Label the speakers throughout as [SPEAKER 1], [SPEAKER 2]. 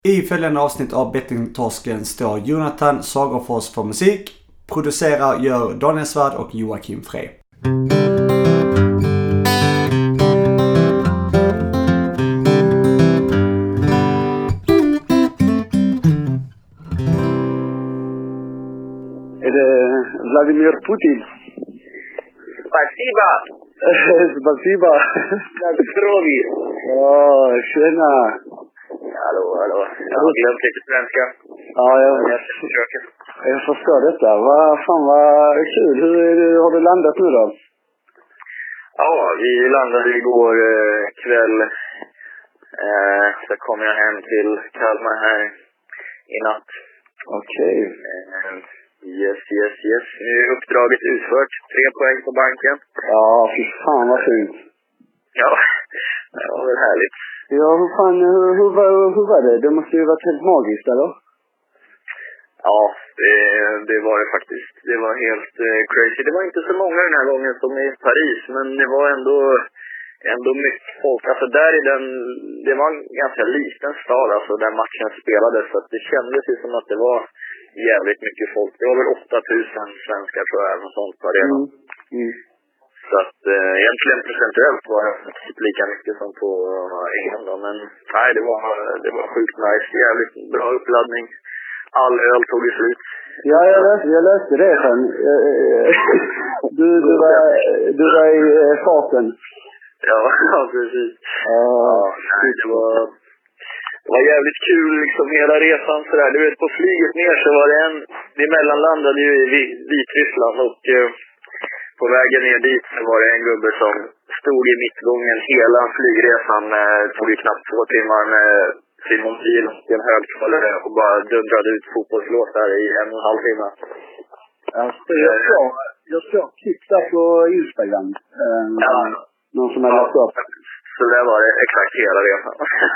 [SPEAKER 1] I följande avsnitt av Bettingtorsken står Jonathan Sagerfors för musik. Producerar gör Daniel Svärd och Joakim Frey.
[SPEAKER 2] Är det Vladimir Putin?
[SPEAKER 3] Спасибо.
[SPEAKER 2] Спасибо.
[SPEAKER 3] Как здоровье.
[SPEAKER 2] Tjena.
[SPEAKER 3] Hallå. Jag har glömt lite svenska.
[SPEAKER 2] Ja, jag förstår detta. Vad kul. Har du landat nu då?
[SPEAKER 3] Ja, vi landade igår kväll. Så kom jag hem till Kalmar här i natt.
[SPEAKER 2] Okej.
[SPEAKER 3] Yes. Nu är uppdraget utfört. 3 poäng på banken.
[SPEAKER 2] Ja, fy fan vad fint.
[SPEAKER 3] Ja, det var väl härligt.
[SPEAKER 2] Ja, hur var det? Det måste ju varit helt magiskt, eller?
[SPEAKER 3] Ja, det var det faktiskt. Det var helt crazy. Det var inte så många den här gången som i Paris, men det var ändå mycket folk. Alltså det var en ganska liten stad alltså, där matchen spelades, så att det kändes ju som att det var jävligt mycket folk. Det var väl 8000 svenskar tror jag, något sånt på arenan. Så att egentligen procentuellt var det typ lika mycket som på England då. Men nej, det var sjukt nice. Jävligt bra uppladdning. All öl tog i slut.
[SPEAKER 2] Ja, jag läste det sen. Du var i farten.
[SPEAKER 3] Ja, precis. Det var jävligt kul liksom hela resan sådär. Du vet, på flyget ner så var det vi mellanlandade ju i Vitryssland och på vägen ner dit så var det en gubbe som stod i mittgången hela flygresan. Tog ju knappt 2 timmar med sin mobil och en högtalare och bara dundrade ut fotbollslåtar i 1,5 timme.
[SPEAKER 2] Jag såg klipp där på Instagram. Någon som har lagt upp.
[SPEAKER 3] Så det var det exakt hela resan.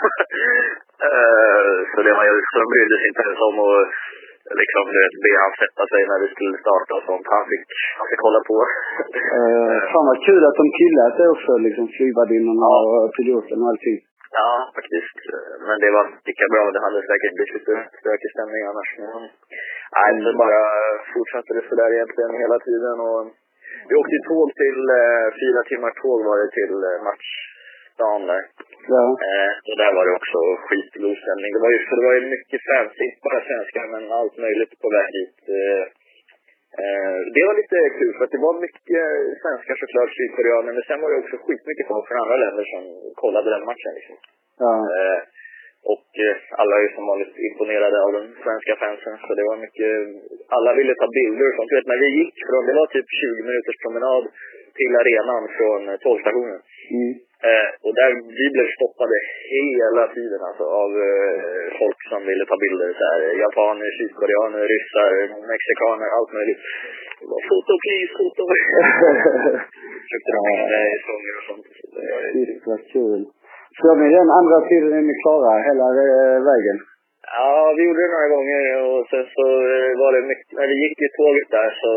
[SPEAKER 3] Så det var ju så de brydde sig inte ens om att liksom, be han sätta sig när vi skulle starta och sånt. Han fick hålla på.
[SPEAKER 2] Fan vad kul att de tillät det också, liksom flygvärdinnorna och piloten och allting.
[SPEAKER 3] Ja, faktiskt. Men det var lika bra. Det hade säkert blivit lite stökig stämning annars. Nej, så bara fortsatte det sådär egentligen hela tiden. Och vi åkte tåg till 4 timmar tåg var det till matchstan där.
[SPEAKER 2] Ja.
[SPEAKER 3] Och där var det också skitgod stämning. Det var ju mycket fans, inte bara svenskar men allt möjligt på väg dit. Det var lite kul för att det var mycket svenskar såklart, sydkoreaner, men sen var det också skitmycket folk från andra länder som kollade den matchen liksom.
[SPEAKER 2] Ja.
[SPEAKER 3] Och alla är ju som vanligt imponerade av de svenska fansen, så det var mycket, alla ville ta bilder och sånt. Du vet, när vi gick från, det var typ 20 minuters promenad till arenan från tågstationen. Och där vi blev stoppade hela tiden alltså, av folk som ville ta bilder så här, japaner, sydkoreaner, ryssar, mexikaner, allt möjligt. Foto, please, foto. Försökte de med sånger och sånt.
[SPEAKER 2] Det var kul. Så med den andra sidan är ni klara hela vägen?
[SPEAKER 3] Ja, vi gjorde det några gånger och sen så var det mycket, när vi gick i tåget där så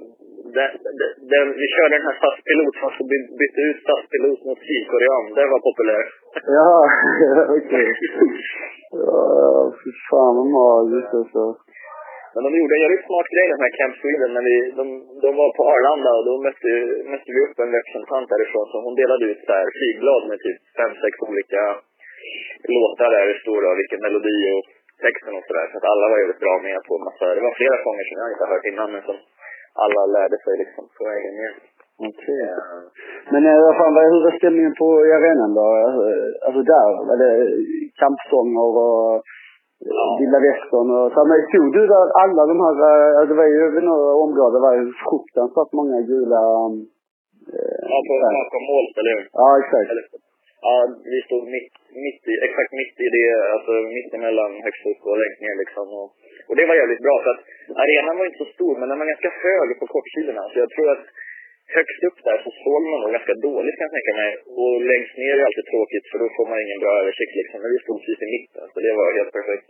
[SPEAKER 3] vi körde den här SAS-pilot som så bytte ut SAS-pilot mot sydkorean. Det var populär.
[SPEAKER 2] Ja, okej. Ja, för fan vad magiskt alltså.
[SPEAKER 3] Men de gjorde en jävligt smart grej den här Camp Sweden när de var på Arlanda och då mötte vi upp en representant därifrån så hon delade ut så här flygblad med typ 5-6 olika låtar där det står då, vilken melodi och texten och sådär. Så att alla var jävligt bra med på massa. Det var flera sånger som jag inte har hört innan men som alla lärde sig liksom på vägen ner.
[SPEAKER 2] Okej. Men hur var stämningen på arenan då? Alltså där, var det kampsånger och Vilda Västern och så. Men stod du där alla de här, det var ju vid några områden, det var ju fruktansvärt många gula...
[SPEAKER 3] Ja, bakom mål, eller hur?
[SPEAKER 2] Ja, exakt.
[SPEAKER 3] Ja, vi stod exakt mitt i det, alltså mitt emellan högst upp och längst ner liksom. Och det var jävligt bra för att arenan var inte så stor men den var ganska hög på kortsidorna. Så jag tror att högst upp där så såg man nog ganska dåligt kan jag tänka mig. Och längst ner är alltid tråkigt för då får man ingen bra översikt liksom. Men vi stod precis i mitten så det var helt perfekt.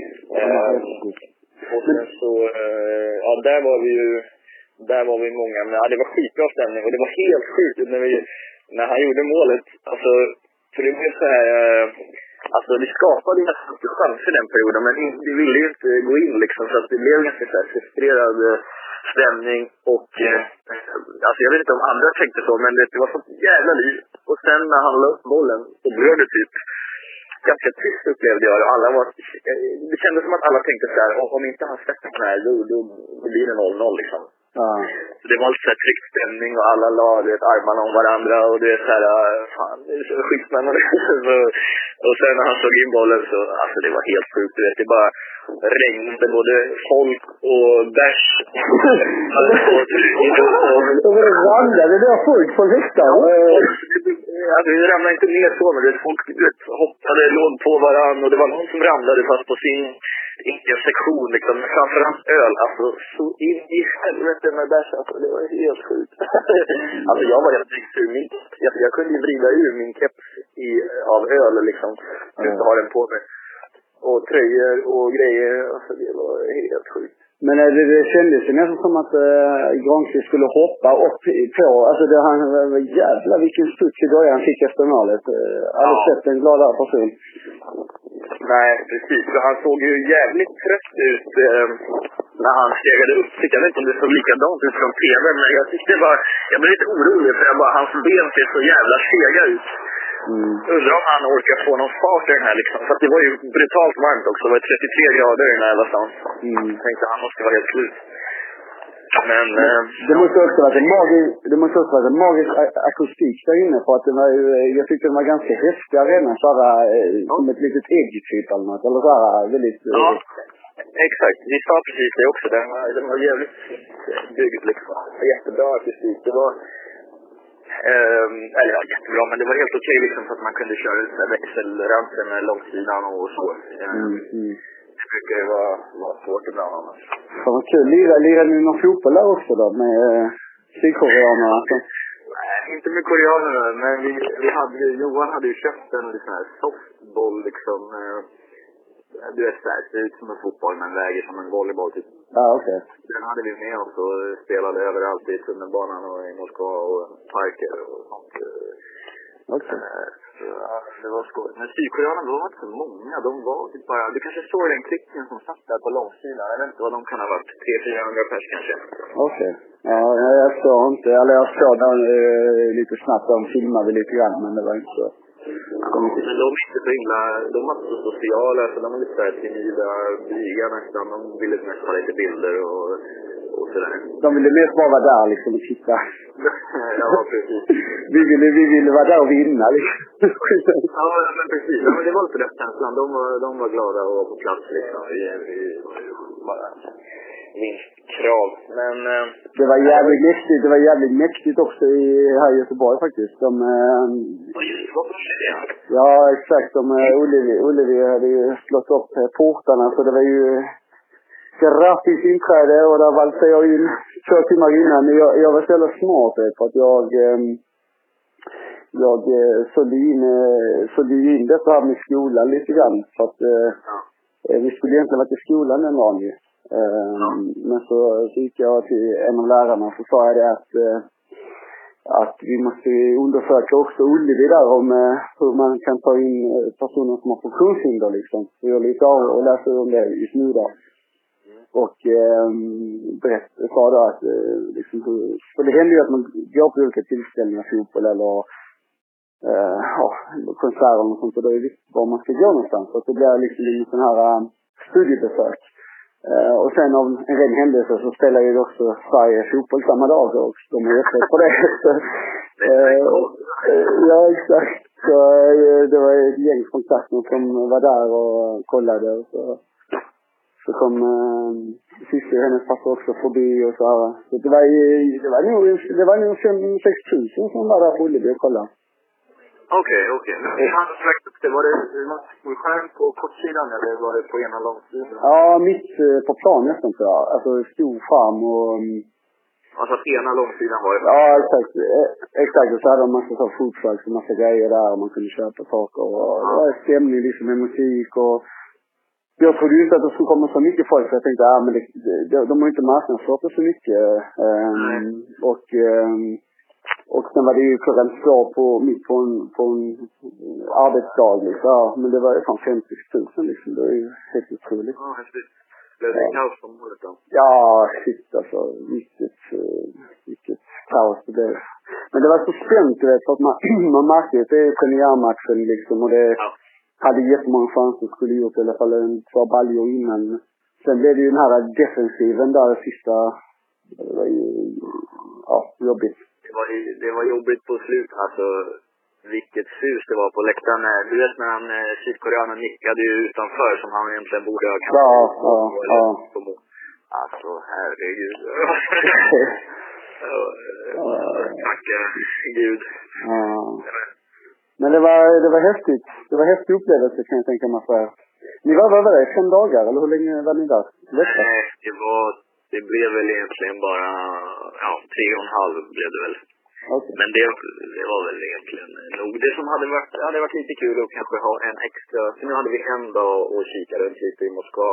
[SPEAKER 3] Och sen så, ja där var vi många. Men ja, det var skitbra stämning och det var helt sjukt när han gjorde målet. Alltså, för det blev så här, Alltså vi skapade nästan chanser den perioden, men vi ville ju inte gå in liksom, så att det blev ganska så här frustrerad stämning och alltså jag vet inte om andra tänkte så, men det var så jävla liv. Och sen när han la upp bollen så blev det typ ganska tyst, upplevde jag. Och alla var, det kändes som att alla tänkte så här, om inte han släpper den här då blir det 0-0 liksom. Så det var lite så här tryckt stämning och alla la armarna om varandra och det är så här, fan, det är så skitspännande. Och sen när han såg in bollen så, alltså det var helt sjukt, du vet, det bara regnade både folk och bärs.
[SPEAKER 2] Så var det ramlade, det var folk på läktaren.
[SPEAKER 3] Alltså det ramlade inte ner så, men folk hoppade, låg på varandra och det var någon som ramlade fast på sin egen sektion liksom, men framförallt öl, alltså så in i helvete med bärs, alltså det var helt sjukt. Alltså jag var helt riktigt ur min, jag kunde ju vrida ur min keps av öl liksom, just ha den på mig. Och tröjor och grejer, alltså det var helt sjukt.
[SPEAKER 2] Men det kändes ju nästan som att Granqvist skulle hoppa upp på, alltså det han var jävla vilken studs i början han fick efter målet. Aldrig sett en gladare person.
[SPEAKER 3] Nej, precis. För han såg ju jävligt trött ut när han stegade upp. Jag vet inte om det såg likadant ut från TV, men jag tyckte jag blev lite orolig för hans ben ser så jävla sega ut. Undrar om han orkar få någon fart i den här liksom. För att det var ju brutalt varmt också. Det var 33 grader i den här stan. Jag tänkte han måste vara helt slut. Men
[SPEAKER 2] det måste också vara en magisk akustik där inne, för att det var ju, jag tyckte det var ganska häftig arena, såhär som ett litet äggtyp eller något, eller såhär väldigt...
[SPEAKER 3] Ja, exakt. Vi sa precis det också. Den var jävligt byggd liksom. Jättebra akustik. Det var... eller ja, jättebra, men det var helt okej liksom, så att man kunde köra ut med växelrampen med långsidan och så. Det brukar ju vara svårt ibland annars.
[SPEAKER 2] Det var kul. Lirar ni någon fotboll där också då med sydkoreanerna?
[SPEAKER 3] Nej, inte med koreanerna, men vi hade Johan hade ju köpt en sån här softboll liksom. Du vet såhär, ser ut som en fotboll men väger som en volleyboll typ.
[SPEAKER 2] Ja, okej.
[SPEAKER 3] Den hade vi med oss och spelade överallt i tunnelbanan och i Moskva och parker och sånt.
[SPEAKER 2] Okej.
[SPEAKER 3] Ja, det var skoj. Men sydkoreanerna var inte så många. De var typ bara... Du kanske såg den klicken som satt där på långsidan. Jag vet inte vad de kan ha varit. 300-400 pers kanske.
[SPEAKER 2] Okej. Ja, jag såg inte. Eller jag såg där lite snabbt. De filmade lite grann, men det var inte så...
[SPEAKER 3] Ja, men de är inte så himla... De var inte så sociala. Så de var lite såhär timida, blyga nästan. De ville mest ha lite bilder och sådär.
[SPEAKER 2] De ville mest bara vara där liksom och titta.
[SPEAKER 3] Ja, precis.
[SPEAKER 2] Vi ville vara där och vinna liksom.
[SPEAKER 3] Ja, men precis. Ja, men det var inte den känslan. De var glada att vara på plats liksom. Vi bara vinstkrav. Men...
[SPEAKER 2] Det var jävligt mäktigt också här i Göteborg faktiskt. Ja, exakt. Olivier hade ju slått upp portarna, så det var ju kraftigt inträde och där valde jag in 2 timmar innan. Jag var så smart för att jag sålde in det så här med skolan lite grann. För att vi skulle egentligen varit i skolan en gång. Men så gick jag till en av lärarna, så sa jag det att vi måste undersöka också Olivier där om hur man kan ta in personer som har funktionshinder liksom. Så jag lite av och läste om det just nu där. Och sa då att liksom, för det händer ju att man går på olika tillställningar, fotboll eller konserter och sånt, och då är det viktigt var man ska gå någonstans. Så det blir liksom en sån här studiebesök. Och sen av en ren händelse så spelar ju också Sverige fotboll samma dag, och de är jättebra på det. Ja, exakt. Så det var ett gäng från klassen som var där och kollade, och så kom syster hennes passade också förbi och så här. Så det var nog 5-6 tusen som var där på Ullevi och kollade.
[SPEAKER 3] Okej. Men han släckte upp det. Var det någon stor skärm på kortsidan eller var det på ena långsidan?
[SPEAKER 2] Ja, mitt på plan nästan tror jag. Alltså stor skärm och...
[SPEAKER 3] Alltså att ena långsidan var det?
[SPEAKER 2] Ja, exakt. Och så hade de massa så fotflags och massa grejer där och man kunde köpa saker. Och det var stämning liksom med musik och... Jag trodde ju inte att det skulle komma så mycket folk, så jag tänkte men de har inte marknadsfört så mycket. Och sen var det ju klockan 2 mitt på en arbetsdag liksom. Ja, men det var ju fan 50 000 liksom. Det var ju helt otroligt.
[SPEAKER 3] Ja, häftigt. Blev det kaos på målet då?
[SPEAKER 2] Ja, shit alltså. Vilket kaos det blev. Men det var så spänt, du vet, för att man märkte att det är premiärmatchen liksom. Och det hade jättemånga chanser, skulle gjort i alla fall 2 baljor innan. Sen blev det ju den här defensiven där sista. Det var ju jobbigt.
[SPEAKER 3] Det var jobbigt på slut, alltså vilket sus det var på läktaren. Du vet när han sydkoreanen nickade ju utanför som han egentligen borde ha
[SPEAKER 2] Ja.
[SPEAKER 3] Alltså herregud. Tacka Gud.
[SPEAKER 2] Ja. Men det var häftigt. Det var häftig upplevelse, kan jag tänka mig för er. Ni var över 5 dagar, eller hur länge var ni där?
[SPEAKER 3] Nej, det blev väl egentligen bara 3,5 blev det väl.
[SPEAKER 2] Okay.
[SPEAKER 3] Men det var väl egentligen nog. Det som hade varit lite kul att kanske ha en extra. Så nu hade vi en dag och kika runt lite i Moskva.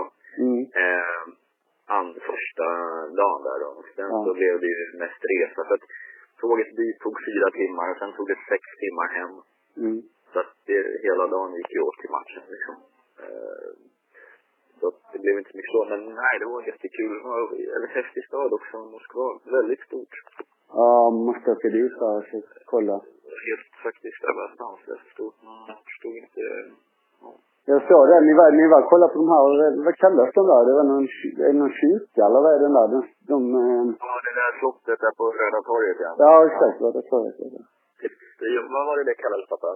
[SPEAKER 3] Första dagen där då. Sen så blev det ju mest resa. För att tåget dit tog 4 timmar och sen tog det 6 timmar hem. Så att hela dagen gick ju åt till matchen liksom. Så det blev inte mycket så. Men nej, det var jättekul. En häftig stad också, Moskva. Väldigt stort.
[SPEAKER 2] Ja, måste åka dit så kolla.
[SPEAKER 3] Helt faktiskt, det var stanslöst stort. Man förstod inte. Ja.
[SPEAKER 2] Jag såg det, ni var kolla på de här, vad kallas de där? Det var någon kyrka, eller vad är den där?
[SPEAKER 3] Ja, det där slottet där på Röda torget, ja.
[SPEAKER 2] Ja, exakt, vad det tror jag.
[SPEAKER 3] Vad var det kallades, pappa?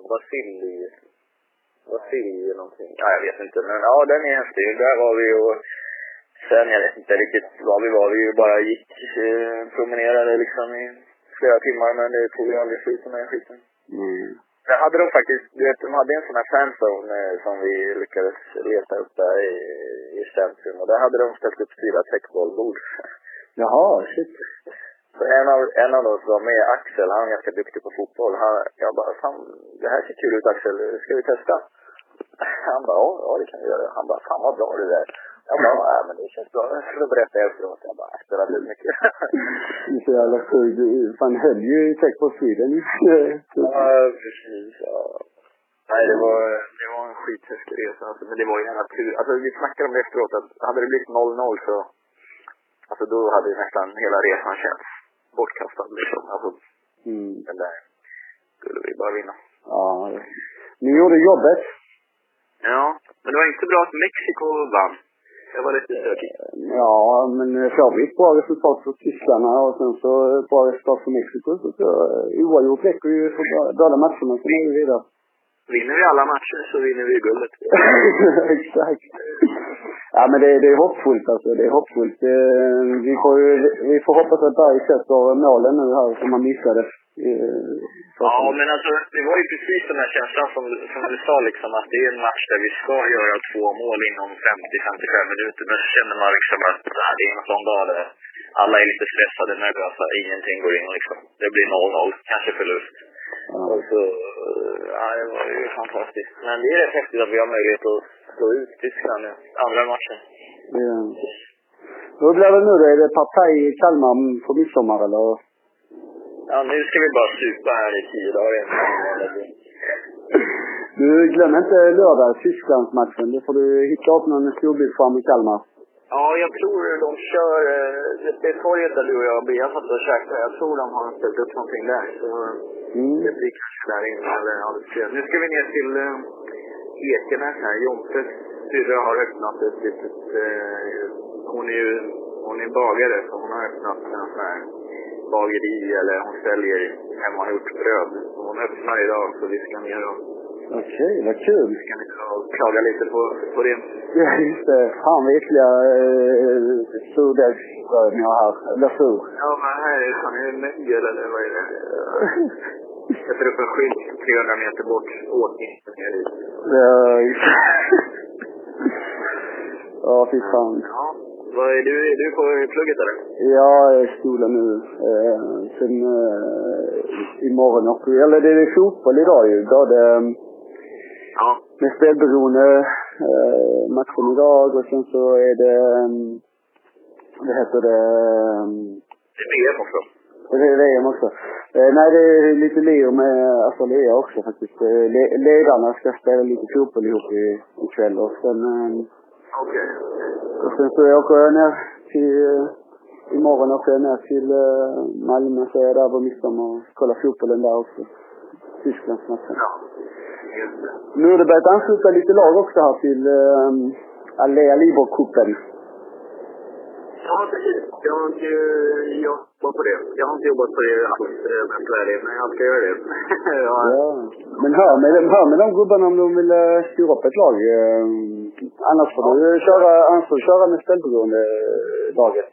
[SPEAKER 3] Vasilij någonting. Ja, jag vet inte, men ja, den är häftig. Där var vi och sen, jag vet inte riktigt vad vi var. Vi bara gick, promenerade liksom i flera timmar, men det tog ju aldrig slut med den skiten. Där hade de faktiskt, du vet, de hade en sån här fanzone som vi lyckades leta upp där i centrum. Och där hade de ställt upp 4 täckbollbord.
[SPEAKER 2] Jaha, shit.
[SPEAKER 3] Så en av oss var med, Axel, han är ganska duktig på fotboll. Jag bara, fan, det här ser kul ut Axel, ska vi testa? Han bara, ja det kan vi göra. Han bara, fan vad bra det där. Jag bara, ja men det känns bra. Jag skulle berätta efteråt. Jag bara, det var mycket.
[SPEAKER 2] Det är så jävla sjukt. Fan höll ju i Tech på Sweden.
[SPEAKER 3] Ja, precis. Ja. Nej, det var en skithäftig resa. Alltså, men det var ju en natur. Alltså vi snackade om det efteråt. Att hade det blivit 0-0 så. Alltså då hade nästan hela resan känts bortkastad liksom. Alltså, den där skulle vi bara vinna.
[SPEAKER 2] Ja, ni gjorde jobbet.
[SPEAKER 3] Ja, men det var inte bra att Mexiko vann. Jag var lite stökig.
[SPEAKER 2] Ja, men så har vi ett bra resultat för Tysklarna och sen så ett bra resultat för Mexiko. Så oavgjort räcker ju för båda matcherna, så är vi vidare.
[SPEAKER 3] Vinner vi alla matcher så vinner vi guldet.
[SPEAKER 2] Exakt. Ja, men det är hoppfullt alltså. Det är hoppfullt. Vi får hoppas att Berg sätter målen nu här som man missade.
[SPEAKER 3] Ja, men alltså det var ju precis den här känslan som du sa liksom, att det är en match där vi ska göra 2 mål inom 50-55 minuter. Men så känner man liksom att det är en sån dag där alla är lite stressade, nervösa, ingenting går in liksom. Det blir 0-0, kanske förlust. Och så, det var ju fantastiskt. Men det är rätt häftigt att vi har möjlighet att slå ut Tyskland i andra matchen.
[SPEAKER 2] Ja. Hur blir det nu då? Är det partaj i Kalmar på midsommar eller?
[SPEAKER 3] Ja, nu ska vi bara supa här i 10 dagar.
[SPEAKER 2] Du glömmer inte lördag, Tysklandsmatchen. Då får du hitta upp någon storbildsskärm i Kalmar.
[SPEAKER 3] Ja, jag tror de kör, det är torget där du och jag har satt och käkat. Jag tror de har ställt upp någonting där. Så det blir kanske där inne. Nu ska vi ner till Ekenäs här. Jontes syrra har öppnat ett litet, hon är bagare så hon har öppnat en sån här bageri, eller hon säljer hemmagjort bröd. Hon öppnar idag så vi ska ner och
[SPEAKER 2] okej, vad kul.
[SPEAKER 3] Vi ska ner och klaga lite på det.
[SPEAKER 2] Ja, just det. Fan vad äckliga surdegsbröd ni har här. Eller sur.
[SPEAKER 3] Ja, men här är det mögel eller vad är det? Jag sätter upp en skylt 300 meter bort. Åtminstone ner dit.
[SPEAKER 2] Ja, just det. Ja, fy fan.
[SPEAKER 3] Ja. Vad är du på plugget eller?
[SPEAKER 2] Ja, jag är i skolan nu. Sen imorgon också. Eller det är fotboll idag ju. Då det med spelberoende matchen idag. Och sen så är det, vad heter det?
[SPEAKER 3] Det är VM också.
[SPEAKER 2] Det är VM också. Nej, det är lite Leo med Azalea också faktiskt. Ledarna ska spela lite fotboll ihop ikväll och sen...
[SPEAKER 3] Okej.
[SPEAKER 2] Och sen så åker jag ner till... Imorgon åker jag ner till Malmö, så är jag där på midsommar och kollar fotbollen där också. Tysklandsmatchen.
[SPEAKER 3] Ja, just det.
[SPEAKER 2] Nu har det börjat ansluta lite lag också här till Alea Libor-kuppen.
[SPEAKER 3] Ja, precis. Jag har inte jobbat på det. Jag har inte jobbat på det alls, men jag ska göra det.
[SPEAKER 2] Ja. Men hör med de gubbarna om de vill styra upp ett lag. Annars får du köra med spelberoende laget.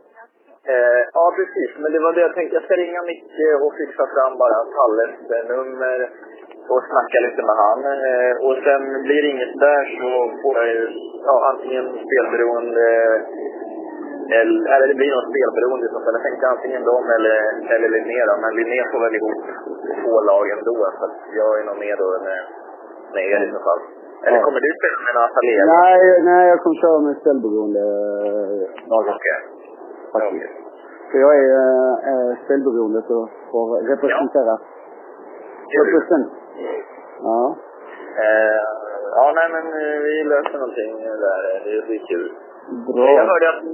[SPEAKER 3] Ja, precis. Men det var det jag tänkte. Jag ska ringa Micke och fixa fram bara Palles nummer och snacka lite med han. Och sen blir det inget där så får jag ju antingen spelberoende eller det blir något spelberoende. Så jag tänkte antingen dem eller Linné då. Men Linné får väl ihop 2 lag ändå. Så att jag är nog med då med er i så fall. Eller kommer du spela med Azalea?
[SPEAKER 2] Nej, jag kommer köra med spelberoende laget.
[SPEAKER 3] Okej. Okay.
[SPEAKER 2] För jag är spelberoende så får representera. Ja. Ja.
[SPEAKER 3] Nej men vi löser någonting där. Det blir kul.
[SPEAKER 2] Bra.
[SPEAKER 3] Jag hörde att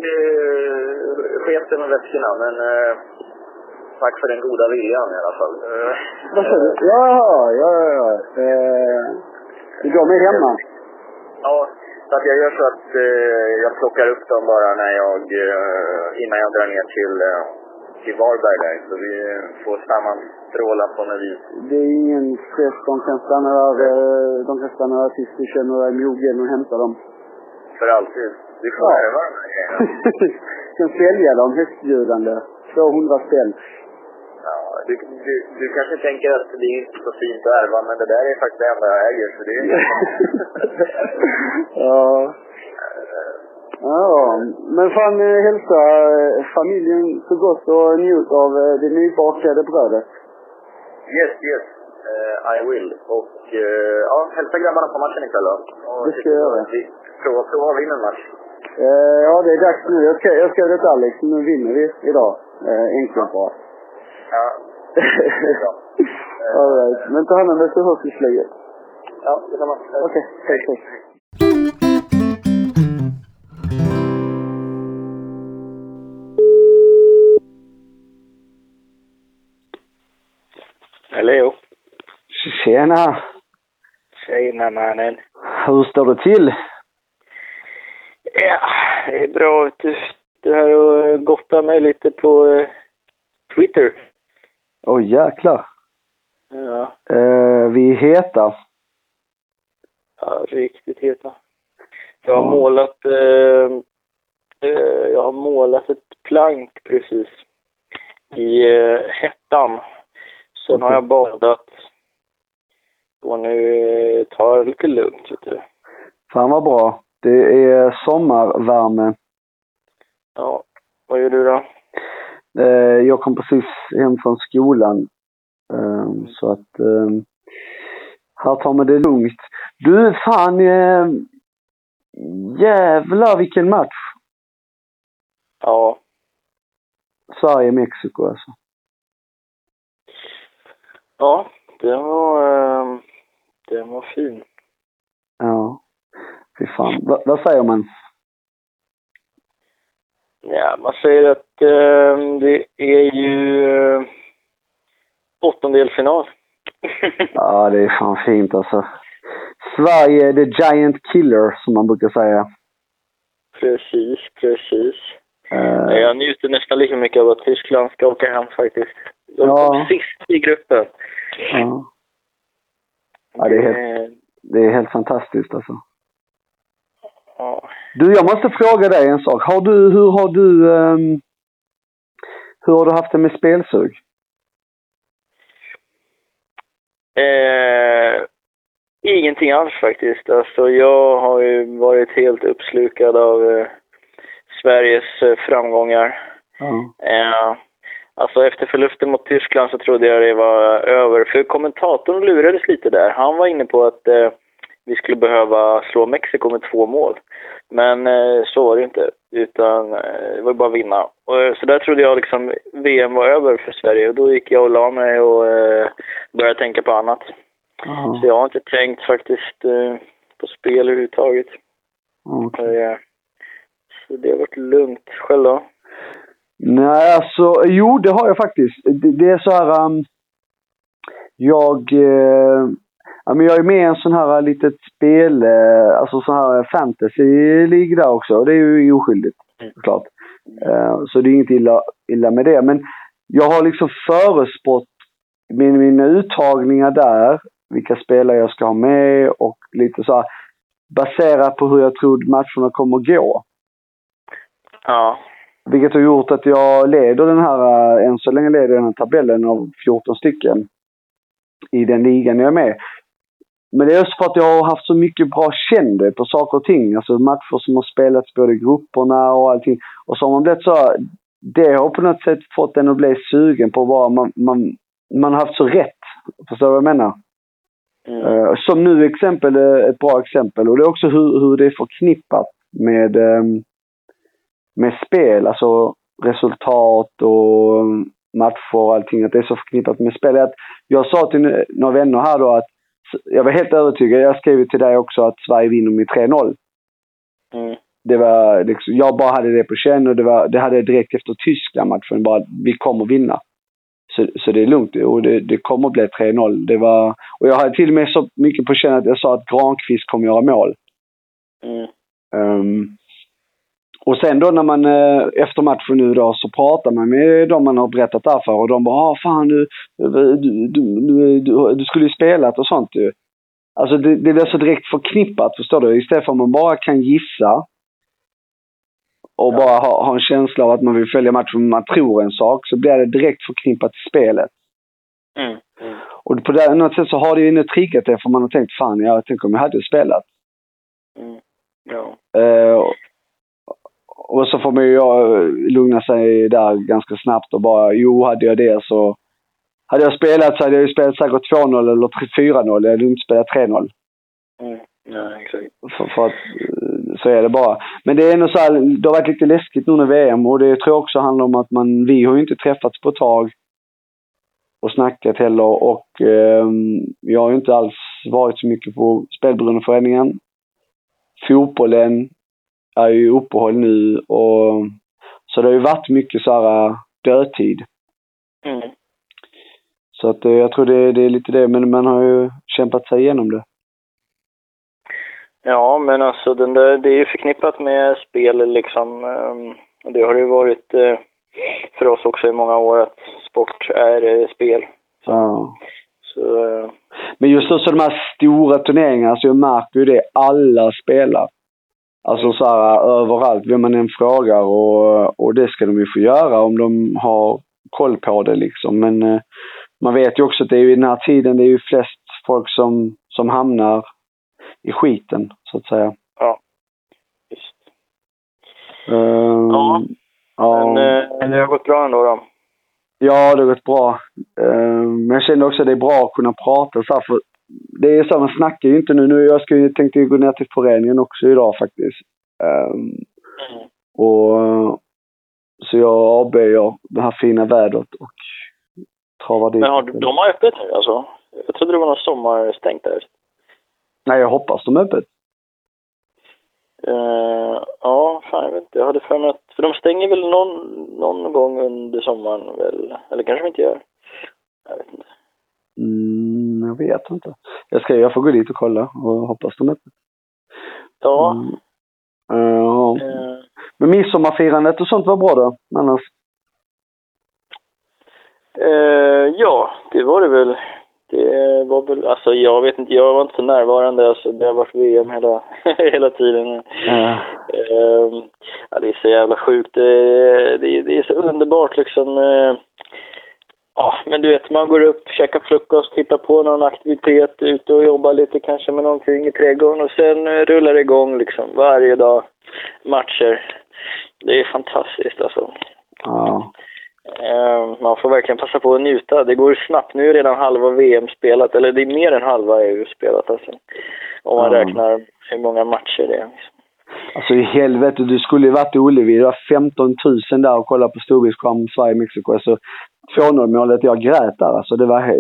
[SPEAKER 3] sket med väskorna, men tack för den goda viljan i alla fall.
[SPEAKER 2] Vad sa du? Ja. Du går med hemma?
[SPEAKER 3] Ja. Så att jag gör så att jag plockar upp dem bara innan jag drar ner till Varberg där. Så vi får sammanstråla på något vis.
[SPEAKER 2] Det är ingen stress. De kan stanna där tills du känner dig mogen och hämta dem.
[SPEAKER 3] För alltid. Vi får ärva de här grejerna.
[SPEAKER 2] Sen sälja dem högstbjudande. 200 spänn.
[SPEAKER 3] Ja, du kanske tänker att det är inte så fint att ärva, men det där är faktiskt det enda jag äger. Så det är
[SPEAKER 2] Ja, men fan hälsa familjen så gott och njut av det nybakade brödet.
[SPEAKER 3] Yes. I will. Och hälsa grabbarna på matchen ikväll då.
[SPEAKER 2] Det ska jag göra.
[SPEAKER 3] Prova vinna en match.
[SPEAKER 2] Ja, det är dags nu. Jag ska rätta Alex. Nu vinner vi idag. Enkelt bra.
[SPEAKER 3] Ja.
[SPEAKER 2] All right. Men ta hand om det så hörs vi släget.
[SPEAKER 3] Ja, det kan man.
[SPEAKER 2] Okej, hej.
[SPEAKER 3] Hallå.
[SPEAKER 2] Tjena.
[SPEAKER 3] Tjena mannen.
[SPEAKER 2] Hur står det till?
[SPEAKER 3] Ja, det är bra. Du har ju gottat mig lite på Twitter.
[SPEAKER 2] Jäklar.
[SPEAKER 3] Ja.
[SPEAKER 2] Vi är heta.
[SPEAKER 3] Ja, riktigt heta. Jag har målat ett plank precis i hettan. Sen har jag badat. Och nu tar det lite lugnt, vet du.
[SPEAKER 2] Fan vad bra. Det är sommarvärme.
[SPEAKER 3] Ja, vad gör du då?
[SPEAKER 2] Jag kom precis hem från skolan. Så att här tar man det lugnt. Du, fan jävlar vilken match.
[SPEAKER 3] Ja.
[SPEAKER 2] Sverige-Mexiko alltså.
[SPEAKER 3] Ja, den var fin.
[SPEAKER 2] Ja. Fy fan. Vad säger man?
[SPEAKER 3] Ja, man säger att det är ju åttondelsfinal.
[SPEAKER 2] Ja, det är fan fint alltså. Sverige, the giant killer som man brukar säga.
[SPEAKER 3] Precis. Jag njuter nästan lika mycket av att Tyskland ska åka hem faktiskt. De kom sist i gruppen.
[SPEAKER 2] Ja. Ja, det är helt fantastiskt alltså.
[SPEAKER 3] Ja.
[SPEAKER 2] Du, jag måste fråga dig en sak. Hur har du haft det med spelsug?
[SPEAKER 3] Ingenting alls faktiskt. Alltså, jag har ju varit helt uppslukad av Sveriges framgångar. Alltså efter förlusten mot Tyskland så trodde jag det var över. För kommentatorn lurades lite där. Han var inne på att vi skulle behöva slå Mexiko med 2 mål. Men så var det inte. Utan det var bara att vinna. Så där trodde jag liksom VM var över för Sverige. Och då gick jag och la mig och började tänka på annat. Så jag har inte tänkt faktiskt på spel överhuvudtaget. Så det har varit lugnt. Själv då?
[SPEAKER 2] Nej, alltså, jo, det har jag faktiskt. Det är så här, jag är med i en sån här litet spel, alltså sån här fantasy league där också. Det är ju oskyldigt, såklart. Så det är inget illa med det. Men jag har liksom förespått mina uttagningar där, vilka spelare jag ska ha med och lite så här, baserat på hur jag tror matcherna kommer att gå.
[SPEAKER 3] Ja.
[SPEAKER 2] Vilket har gjort att jag leder den här, än så länge leder den här tabellen av 14 stycken i den ligan jag är med. Men det är just för att jag har haft så mycket bra kände på saker och ting. Alltså matcher som har spelats både i grupperna och allting. Och så har man blivit så, det har på något sätt fått en att bli sugen på vad man har haft så rätt. Förstår du vad jag menar? Som nu ett bra exempel. Och det är också hur det är förknippat med spel, alltså resultat och matcher och allting, att det är så förknippat med spel. Att jag sa till några vänner här då att jag var helt övertygad, jag skrev till dig också att Sverige vinner med 3-0. Det var liksom, jag bara hade det på känn och det hade direkt efter Tyskland-matchen bara, vi kommer vinna. Så det är lugnt och det kommer att bli 3-0. Och jag hade till och med så mycket på känn att jag sa att Granqvist kommer göra mål. Och sen då när man efter matchen nu då så pratar man med dem man har berättat därför och de bara, fan du skulle ju spelat och sånt ju. Alltså det blir så direkt förknippat, förstår du? Istället för att man bara kan gissa och bara ha en känsla av att man vill följa matchen, man tror en sak, så blir det direkt förknippat till spelet. Och på det något sätt så har det ju triggat det, för man har tänkt, fan jag tänker om jag hade spelat. Och så får man ju lugna sig där ganska snabbt och bara, hade jag det så hade jag spelat så hade jag ju spelat säkert 2-0 eller 4-0. Jag hade inte spelat 3-0.
[SPEAKER 3] Ja, exakt.
[SPEAKER 2] För att, så är det bara. Men det är ändå så här, det har varit lite läskigt nu när VM och det tror jag också handlar om att vi har ju inte träffats på ett tag och snackat heller och jag har ju inte alls varit så mycket på spelberoendeföreningen. Fotbollen är ju uppehåll nu och så det har ju varit mycket så här dödtid. Så att jag tror det är lite det, men man har ju kämpat sig igenom det.
[SPEAKER 3] Ja, men alltså det är ju förknippat med spel liksom. Och det har ju varit för oss också i många år att sport är spel.
[SPEAKER 2] Ja.
[SPEAKER 3] Så,
[SPEAKER 2] men just så de här stora turneringarna, så jag märker ju det, alla spelar. Alltså så här överallt, vem man än frågar och det ska de ju få göra om de har koll på det liksom. Men man vet ju också att det är ju i den här tiden, det är ju flest folk som hamnar i skiten, så att säga.
[SPEAKER 3] Ja, just. Men det har gått bra ändå då?
[SPEAKER 2] Ja, det har gått bra. Men jag känner också att det är bra att kunna prata så här, för det är så, man snackar ju inte nu. Jag tänkte gå ner till föreningen också idag faktiskt. Och så jag avböjer det här fina vädret och travar dit.
[SPEAKER 3] Men de har öppet nu alltså? Jag trodde det var någon sommarstängt där.
[SPEAKER 2] Nej, jag hoppas de är öppet.
[SPEAKER 3] Ja, fan jag vet inte. Jag hade för mig att... För de stänger väl någon gång under sommaren väl? Eller kanske de inte gör. Jag vet inte.
[SPEAKER 2] Jag vet inte. Jag får gå dit och kolla och hoppas de är öppet.
[SPEAKER 3] Ja.
[SPEAKER 2] Men midsommarfirandet och sånt var bra då, annars?
[SPEAKER 3] Ja, det var det väl. Det var väl, alltså jag vet inte, jag var inte så närvarande, alltså det har varit VM hela tiden. Ja, det är så jävla sjukt, det är så underbart liksom. Ja, men du vet, man går upp, käkar frukost, tittar på någon aktivitet, ute och jobbar lite kanske med någonting i trädgården och sen rullar det igång liksom varje dag, matcher. Det är fantastiskt alltså.
[SPEAKER 2] Ja.
[SPEAKER 3] Man får verkligen passa på att njuta. Det går snabbt, nu är redan halva VM spelat, eller det är mer än halva EU spelat alltså. Om man räknar hur många matcher det är.
[SPEAKER 2] Alltså i helvete, du skulle ju varit i Ullevi. Det var 15 000 där och kolla på storbildsskärm Sverige-Mexiko. Alltså 2-0-målet, jag grät där. Alltså det var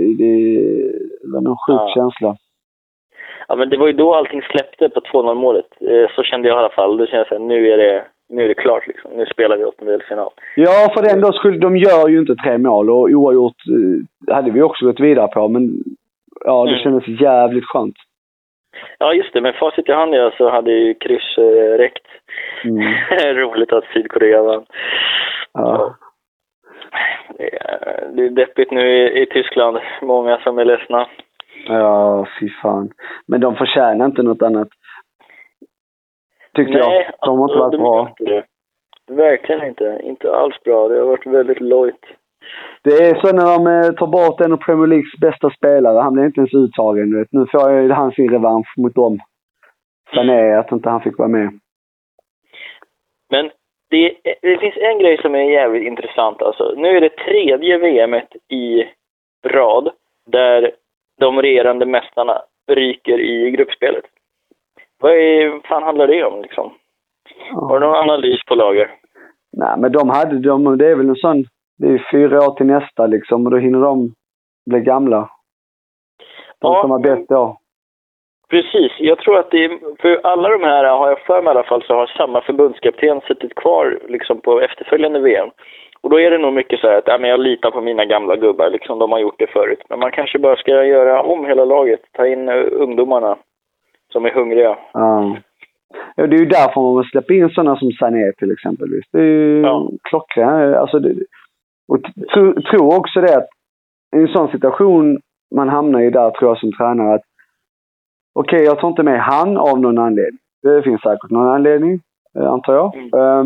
[SPEAKER 2] en sjuk känsla.
[SPEAKER 4] Ja, men det var ju då allting släppte på 2-0-målet. Så kände jag i alla fall. Då kände jag att nu är det klart liksom. Nu spelar vi åttondelsfinal.
[SPEAKER 2] Ja, för den då de gör ju inte 3 mål. Och oavgjort hade vi också gått vidare på. Men ja, det kändes jävligt skönt.
[SPEAKER 4] Ja, just det. Men facit i hand så hade ju kryss räckt. Roligt att Sydkorea vann.
[SPEAKER 2] Ja.
[SPEAKER 4] Det är deppigt nu i Tyskland. Många som är ledsna.
[SPEAKER 2] Ja, fy fan. Men de förtjänar inte något annat. Tyckte jag. De har inte varit bra.
[SPEAKER 4] Verkligen inte. Inte alls bra. Det har varit väldigt lojt.
[SPEAKER 2] Det är så när de tar bort en av Premier Leagues bästa spelare. Han blir inte ens uttagen. Vet. Nu får ju han sin revansch mot dem. Sané, att inte han fick vara med.
[SPEAKER 4] Men det finns en grej som är jävligt intressant. Alltså, nu är det 3:e VM:et i rad där de regerande mästarna ryker i gruppspelet. Vad fan handlar det om liksom? Har du någon analys på lager?
[SPEAKER 2] Nej, men det är väl en sån, det är 4 år till nästa liksom, och då hinner de bli gamla. De som var bäst då.
[SPEAKER 4] Precis, jag tror att för alla de här, har jag för mig i alla fall, så har samma förbundskapten suttit kvar liksom på efterföljande VM. Och då är det nog mycket så här att men jag litar på mina gamla gubbar, liksom, de har gjort det förut. Men man kanske bara ska göra om hela laget, ta in ungdomarna som är hungriga.
[SPEAKER 2] Ja, det är ju därför man måste släppa in sådana som Sané till exempelvis. Det är ju klockan. Alltså och tror också det att i en sån situation man hamnar i där, tror jag som tränare, att okej, jag tar inte med han av någon anledning. Det finns säkert någon anledning, antar jag.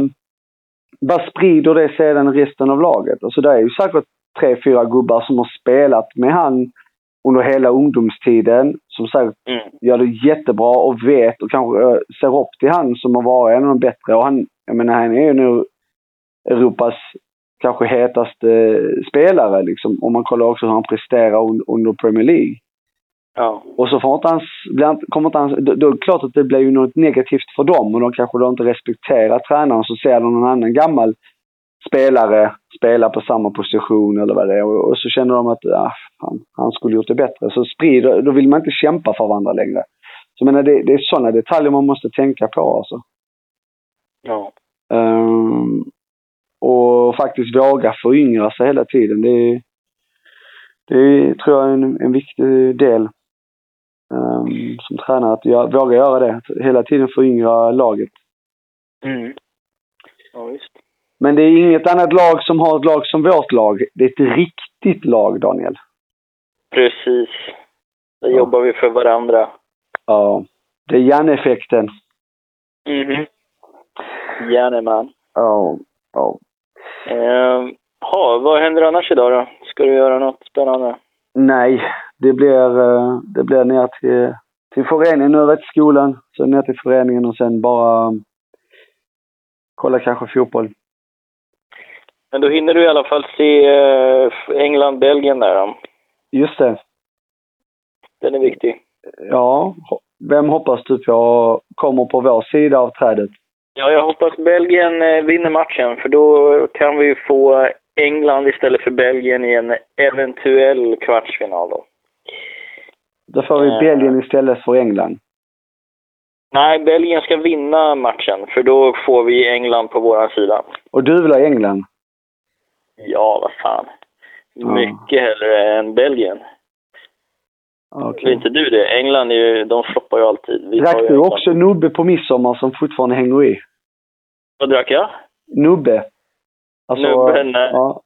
[SPEAKER 2] Bara sprider det sedan resten av laget. Alltså det är ju säkert 3-4 gubbar som har spelat med han under hela ungdomstiden, som säkert gör det jättebra och vet och kanske ser upp till han som har varit en av de bättre. Och han är ju nu Europas kanske hetaste spelare liksom, om man kollar också hur han presterar under Premier League. Ja. Och så får då är det klart att det blir ju något negativt för dem, och de kanske då inte respekterar tränaren, så ser de någon annan gammal spelare spela på samma position eller vad det är, och så känner de att han skulle gjort det bättre, så då vill man inte kämpa för varandra längre. Så jag menar, det är sådana detaljer man måste tänka på alltså.
[SPEAKER 4] Ja.
[SPEAKER 2] Och faktiskt våga föryngra sig hela tiden. Det tror jag är en viktig del som tränare, att jag vågar göra det. Att hela tiden föryngra laget.
[SPEAKER 4] Ja, visst.
[SPEAKER 2] Men det är inget annat lag som har ett lag som vårt lag. Det är ett riktigt lag, Daniel.
[SPEAKER 4] Precis. Där jobbar vi för varandra.
[SPEAKER 2] Ja, det är Jan-effekten.
[SPEAKER 4] Janneman.
[SPEAKER 2] Ja.
[SPEAKER 4] Vad händer annars idag då? Ska du göra något spännande?
[SPEAKER 2] Nej, det blir ner till föreningen nu, vet, skolan. Sen ner till föreningen och sen bara kolla kanske fotboll.
[SPEAKER 4] Men då hinner du i alla fall se England-Belgien där då.
[SPEAKER 2] Just det.
[SPEAKER 4] Den är viktig.
[SPEAKER 2] Ja, vem hoppas du på kommer på vår sida av trädet?
[SPEAKER 4] Ja, jag hoppas Belgien vinner matchen, för då kan vi få England istället för Belgien i en eventuell kvartsfinal då.
[SPEAKER 2] Då får vi Belgien istället för England.
[SPEAKER 4] Nej, Belgien ska vinna matchen, för då får vi England på våran sida. Och
[SPEAKER 2] du vill ha England?
[SPEAKER 4] Ja, vad fan. Mycket hellre än Belgien.
[SPEAKER 2] Okay.
[SPEAKER 4] Vill inte du det? England de floppar ju alltid.
[SPEAKER 2] Drack du också Nubbe på midsommar som fortfarande hänger i?
[SPEAKER 4] Vad drack jag?
[SPEAKER 2] Nubbe. Alltså,
[SPEAKER 4] Nubbe, nej.
[SPEAKER 2] Ja,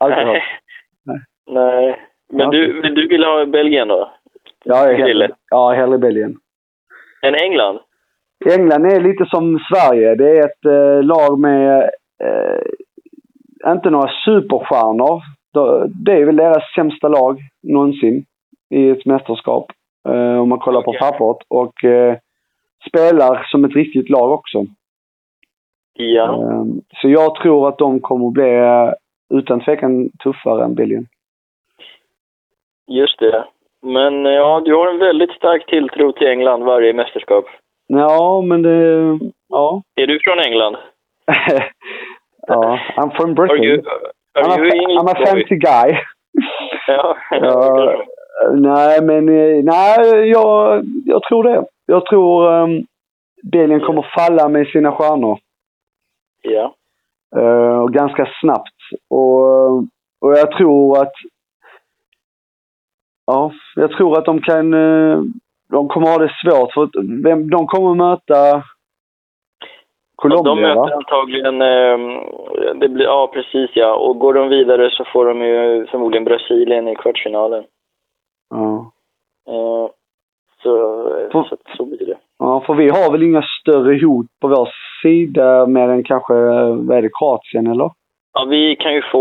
[SPEAKER 4] nej. Men du vill ha Belgien då?
[SPEAKER 2] Ja, hellre Belgien.
[SPEAKER 4] Än England?
[SPEAKER 2] England är lite som Sverige. Det är ett lag med inte några superstjärnor. Det är väl deras sämsta lag någonsin i ett mästerskap. Om man kollar på pappret. Och spelar som ett riktigt lag också.
[SPEAKER 4] Ja.
[SPEAKER 2] Så jag tror att de kommer bli utan tvekan tuffare än Belgien.
[SPEAKER 4] Just det. Men ja, du har en väldigt stark tilltro till England varje mästerskap.
[SPEAKER 2] Ja, men
[SPEAKER 5] Ja.
[SPEAKER 4] Är du från England?
[SPEAKER 5] Ja, I'm from Britain. I'm a fancy guy.
[SPEAKER 4] Ja.
[SPEAKER 5] Nej, men jag tror det. Jag tror Belgien kommer falla med sina stjärnor.
[SPEAKER 4] Ja.
[SPEAKER 5] Och ganska snabbt. Och jag tror att de kan de kommer ha det svårt för de kommer möta Colombia,
[SPEAKER 4] de möter antagligen det blir precis ja, och går de vidare så får de ju förmodligen Brasilien i kvartsfinalen.
[SPEAKER 5] Ja.
[SPEAKER 4] Så blir det.
[SPEAKER 5] Ja, för vi har väl inga större hot på vår sida med än kanske Kroatien eller?
[SPEAKER 4] Ja, vi kan ju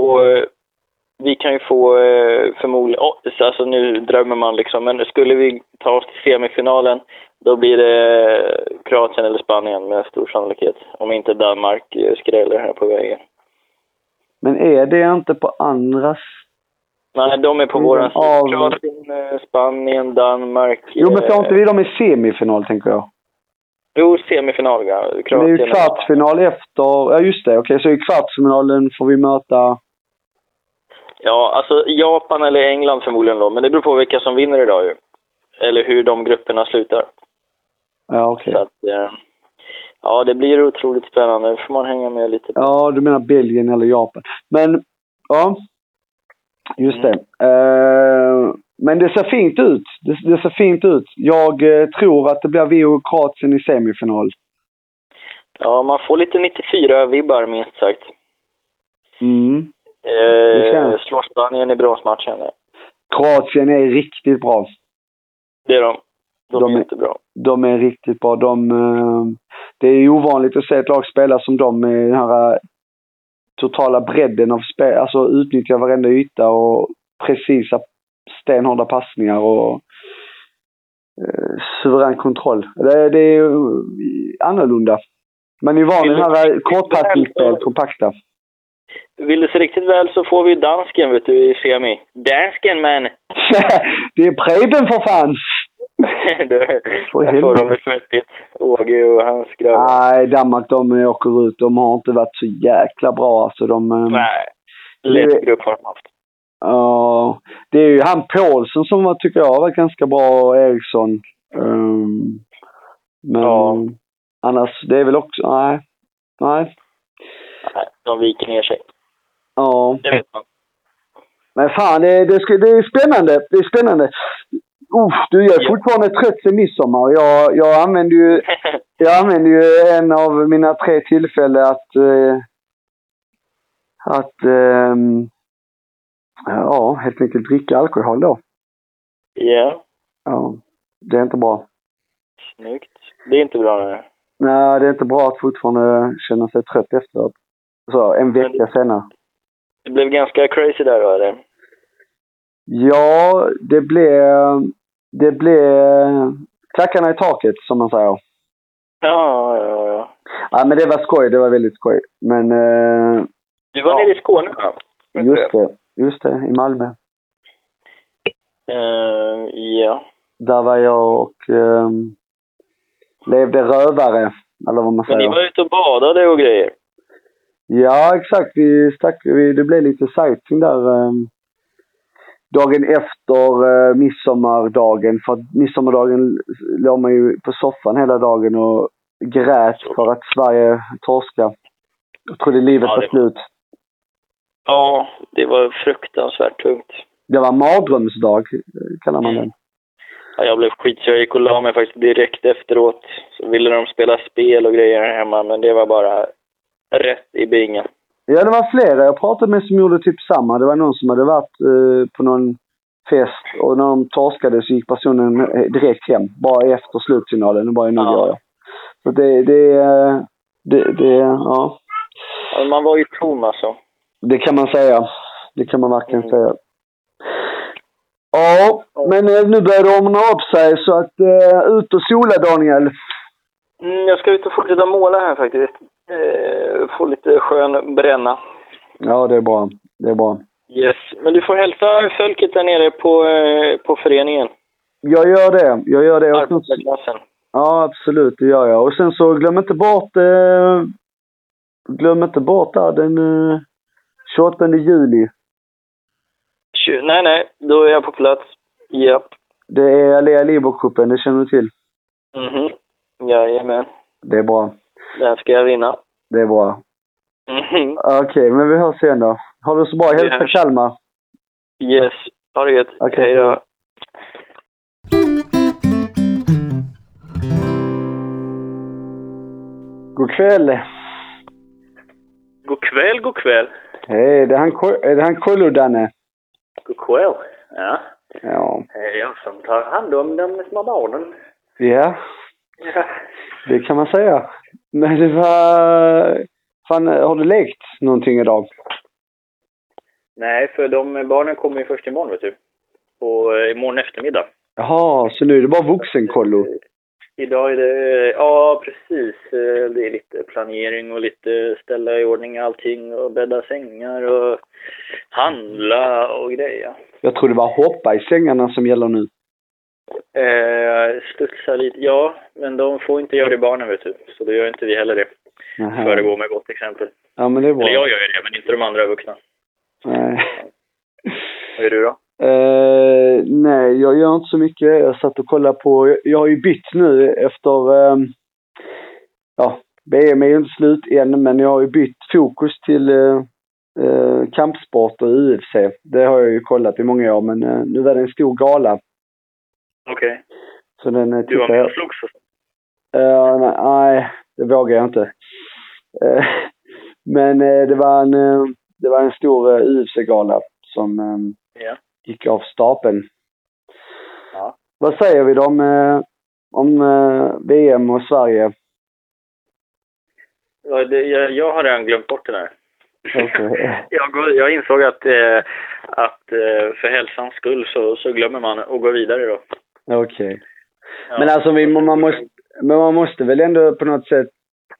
[SPEAKER 4] få förmodligen alltså nu drömmer man liksom, men skulle vi ta oss till semifinalen då blir det Kroatien eller Spanien med stor sannolikhet. Om inte Danmark skräller här på vägen. Men
[SPEAKER 5] är det inte på andras?
[SPEAKER 4] Nej, de är på våran sida. Kroatien, Spanien, Danmark.
[SPEAKER 5] Jo, men får inte vi dem i semifinal, tänker jag?
[SPEAKER 4] Jo, semifinal, ja.
[SPEAKER 5] Kroatien, det är ju kvartsfinal efter... Ja, just det. Okej, så i kvartsfinalen får vi möta...
[SPEAKER 4] Ja, alltså Japan eller England förmodligen då. Men det beror på vilka som vinner idag ju. Eller hur de grupperna slutar.
[SPEAKER 5] Ja, okej.
[SPEAKER 4] Så att, ja, det blir otroligt spännande. Får man hänga med lite på.
[SPEAKER 5] Ja, du menar Belgien eller Japan. Men, ja... Just det. Men det ser fint ut. Det ser fint ut. Jag tror att det blir vi och Kroatien i semifinal.
[SPEAKER 4] Ja, man får lite 94-vibbar minst sagt. Slår Spanien i bronsmatchen.
[SPEAKER 5] Kroatien är riktigt bra.
[SPEAKER 4] Det är de. De är jättebra.
[SPEAKER 5] De är riktigt bra. Det är ovanligt att se ett lag spela som de med den här totala bredden av spel, alltså utnyttja varenda yta och precisa stenhårda passningar och suverän kontroll. Det är annorlunda. Men i vanliga här kortpassningsspel kompakta.
[SPEAKER 4] Vill det se riktigt väl så får vi dansken, vet du, i semi. Dansken, man!
[SPEAKER 5] Det är Preben för fan!
[SPEAKER 4] Det får de väl svettigt. Åge och hans grabbar.
[SPEAKER 5] Nej, Danmark, de åker ut. De har inte varit så jäkla bra. Alltså,
[SPEAKER 4] nej, lätt grupp har de haft.
[SPEAKER 5] Ja, det är ju han Paulsen som tycker jag har varit ganska bra, och Eriksson. Men annars, det är väl också... Nej,
[SPEAKER 4] de viker ner sig.
[SPEAKER 5] Ja.
[SPEAKER 4] Det vet man.
[SPEAKER 5] Men fan, det är spännande. Det är spännande. Du är fortfarande trött sen midsommar. Jag använder ju en av mina 3 tillfällen att helt enkelt dricka alkohol då.
[SPEAKER 4] Ja.
[SPEAKER 5] Ja, det är inte bra.
[SPEAKER 4] Snyggt. Det är inte bra nu.
[SPEAKER 5] Nej, det är inte bra att fortfarande känna sig trött efteråt. Så en vecka senare.
[SPEAKER 4] Det blev ganska crazy där då, eller?
[SPEAKER 5] Ja, det blev klackarna i taket, som man säger.
[SPEAKER 4] Ja.
[SPEAKER 5] Ja, men det var skoj. Det var väldigt skoj. Men...
[SPEAKER 4] du var nere i Skåne, va?
[SPEAKER 5] Just det. I Malmö.
[SPEAKER 4] Ja.
[SPEAKER 5] Där var jag och levde rövare, eller vad man säger.
[SPEAKER 4] Men ni var ute och badade och grejer?
[SPEAKER 5] Ja, exakt. Det blev lite sightseeing där dagen efter midsommardagen. För midsommardagen låg man ju på soffan hela dagen och grät för att Sverige torskade. Jag trodde livet var slut.
[SPEAKER 4] Ja, det var fruktansvärt tungt.
[SPEAKER 5] Det var mardrömsdag, kallar man den.
[SPEAKER 4] Ja, jag blev skit så jag gick och la mig faktiskt direkt efteråt. Så ville de spela spel och grejer här hemma, men det var bara rätt i bingen. Ja, det var flera jag pratade med som gjorde typ samma. Det var någon som hade varit på någon fest och när de torskade så gick personen direkt hem. Bara efter slutsignalen. Det var ju nog jag. Så ja. Ja, man var ju tom alltså. Det kan man säga. Det kan man verkligen säga. Ja, men nu börjar det ordna upp sig så att ut och sola, Daniel. Jag ska ut och fortsätta måla här faktiskt. Få lite skön bränna. Ja, det är bra. Det är bra. Yes, men du får hälsa folket där nere på föreningen. Jag gör det.
[SPEAKER 5] Ja, absolut, det gör jag. Och sen så glöm inte bort där den 28 juli.
[SPEAKER 4] Nej, då är jag på plats. Japp.
[SPEAKER 5] Det är Alea Liber-cupen, det känner du till?
[SPEAKER 4] Mhm. Jajamän.
[SPEAKER 5] Det är bra.
[SPEAKER 4] Den ska jag vinna.
[SPEAKER 5] Det är bra.
[SPEAKER 4] Mhm.
[SPEAKER 5] Okej, men vi hörs sen då. Ha det så bra. Hälsa Kalmar.
[SPEAKER 4] Yes. Ha det gött.
[SPEAKER 5] Okej.
[SPEAKER 4] Hej då.
[SPEAKER 5] God kväll.
[SPEAKER 4] God kväll.
[SPEAKER 5] Hej, är det han Kollo, Danne?
[SPEAKER 4] God kväll. Ja.
[SPEAKER 5] Ja.
[SPEAKER 4] Det är jag som tar hand om de små barnen.
[SPEAKER 5] Ja,
[SPEAKER 4] Ja.
[SPEAKER 5] det kan man säga. Men det var... Fan, har du lekt någonting idag?
[SPEAKER 4] Nej, för de barnen kommer ju först imorgon, vet du. Och imorgon eftermiddag.
[SPEAKER 5] Jaha, så nu är det bara vuxenkollo?
[SPEAKER 4] Idag är det, ja precis, det är lite planering och lite ställa i ordning allting och bädda sängar och handla och grejer.
[SPEAKER 5] Jag tror det var hoppa i sängarna som gäller nu.
[SPEAKER 4] Studsa lite, ja, men de får inte göra det, barnen, vet du. Så då gör inte vi heller det.
[SPEAKER 5] Aha.
[SPEAKER 4] Föregå med gott exempel.
[SPEAKER 5] Ja, men det är bra.
[SPEAKER 4] Eller jag gör det, men inte de andra vuxna.
[SPEAKER 5] Nej.
[SPEAKER 4] Vad gör du då?
[SPEAKER 5] Nej, jag gör inte så mycket. Jag satt och kollade på... Jag har ju bytt nu efter... VM är ju inte slut än, men jag har ju bytt fokus till kampsport och UFC. Det har jag ju kollat i många år, men nu var det en stor gala.
[SPEAKER 4] Okej.
[SPEAKER 5] Så den
[SPEAKER 4] Du var med och slogs?
[SPEAKER 5] Nej, det vågar jag inte. Men det var en stor UFC-gala som gick av stapeln.
[SPEAKER 4] Ja.
[SPEAKER 5] Vad säger vi då om VM och Sverige?
[SPEAKER 4] Ja, jag har redan glömt bort det där.
[SPEAKER 5] Okay.
[SPEAKER 4] Jag insåg att för hälsans skull så glömmer man att gå vidare då.
[SPEAKER 5] Okej.
[SPEAKER 4] Ja.
[SPEAKER 5] Men alltså man måste väl ändå på något sätt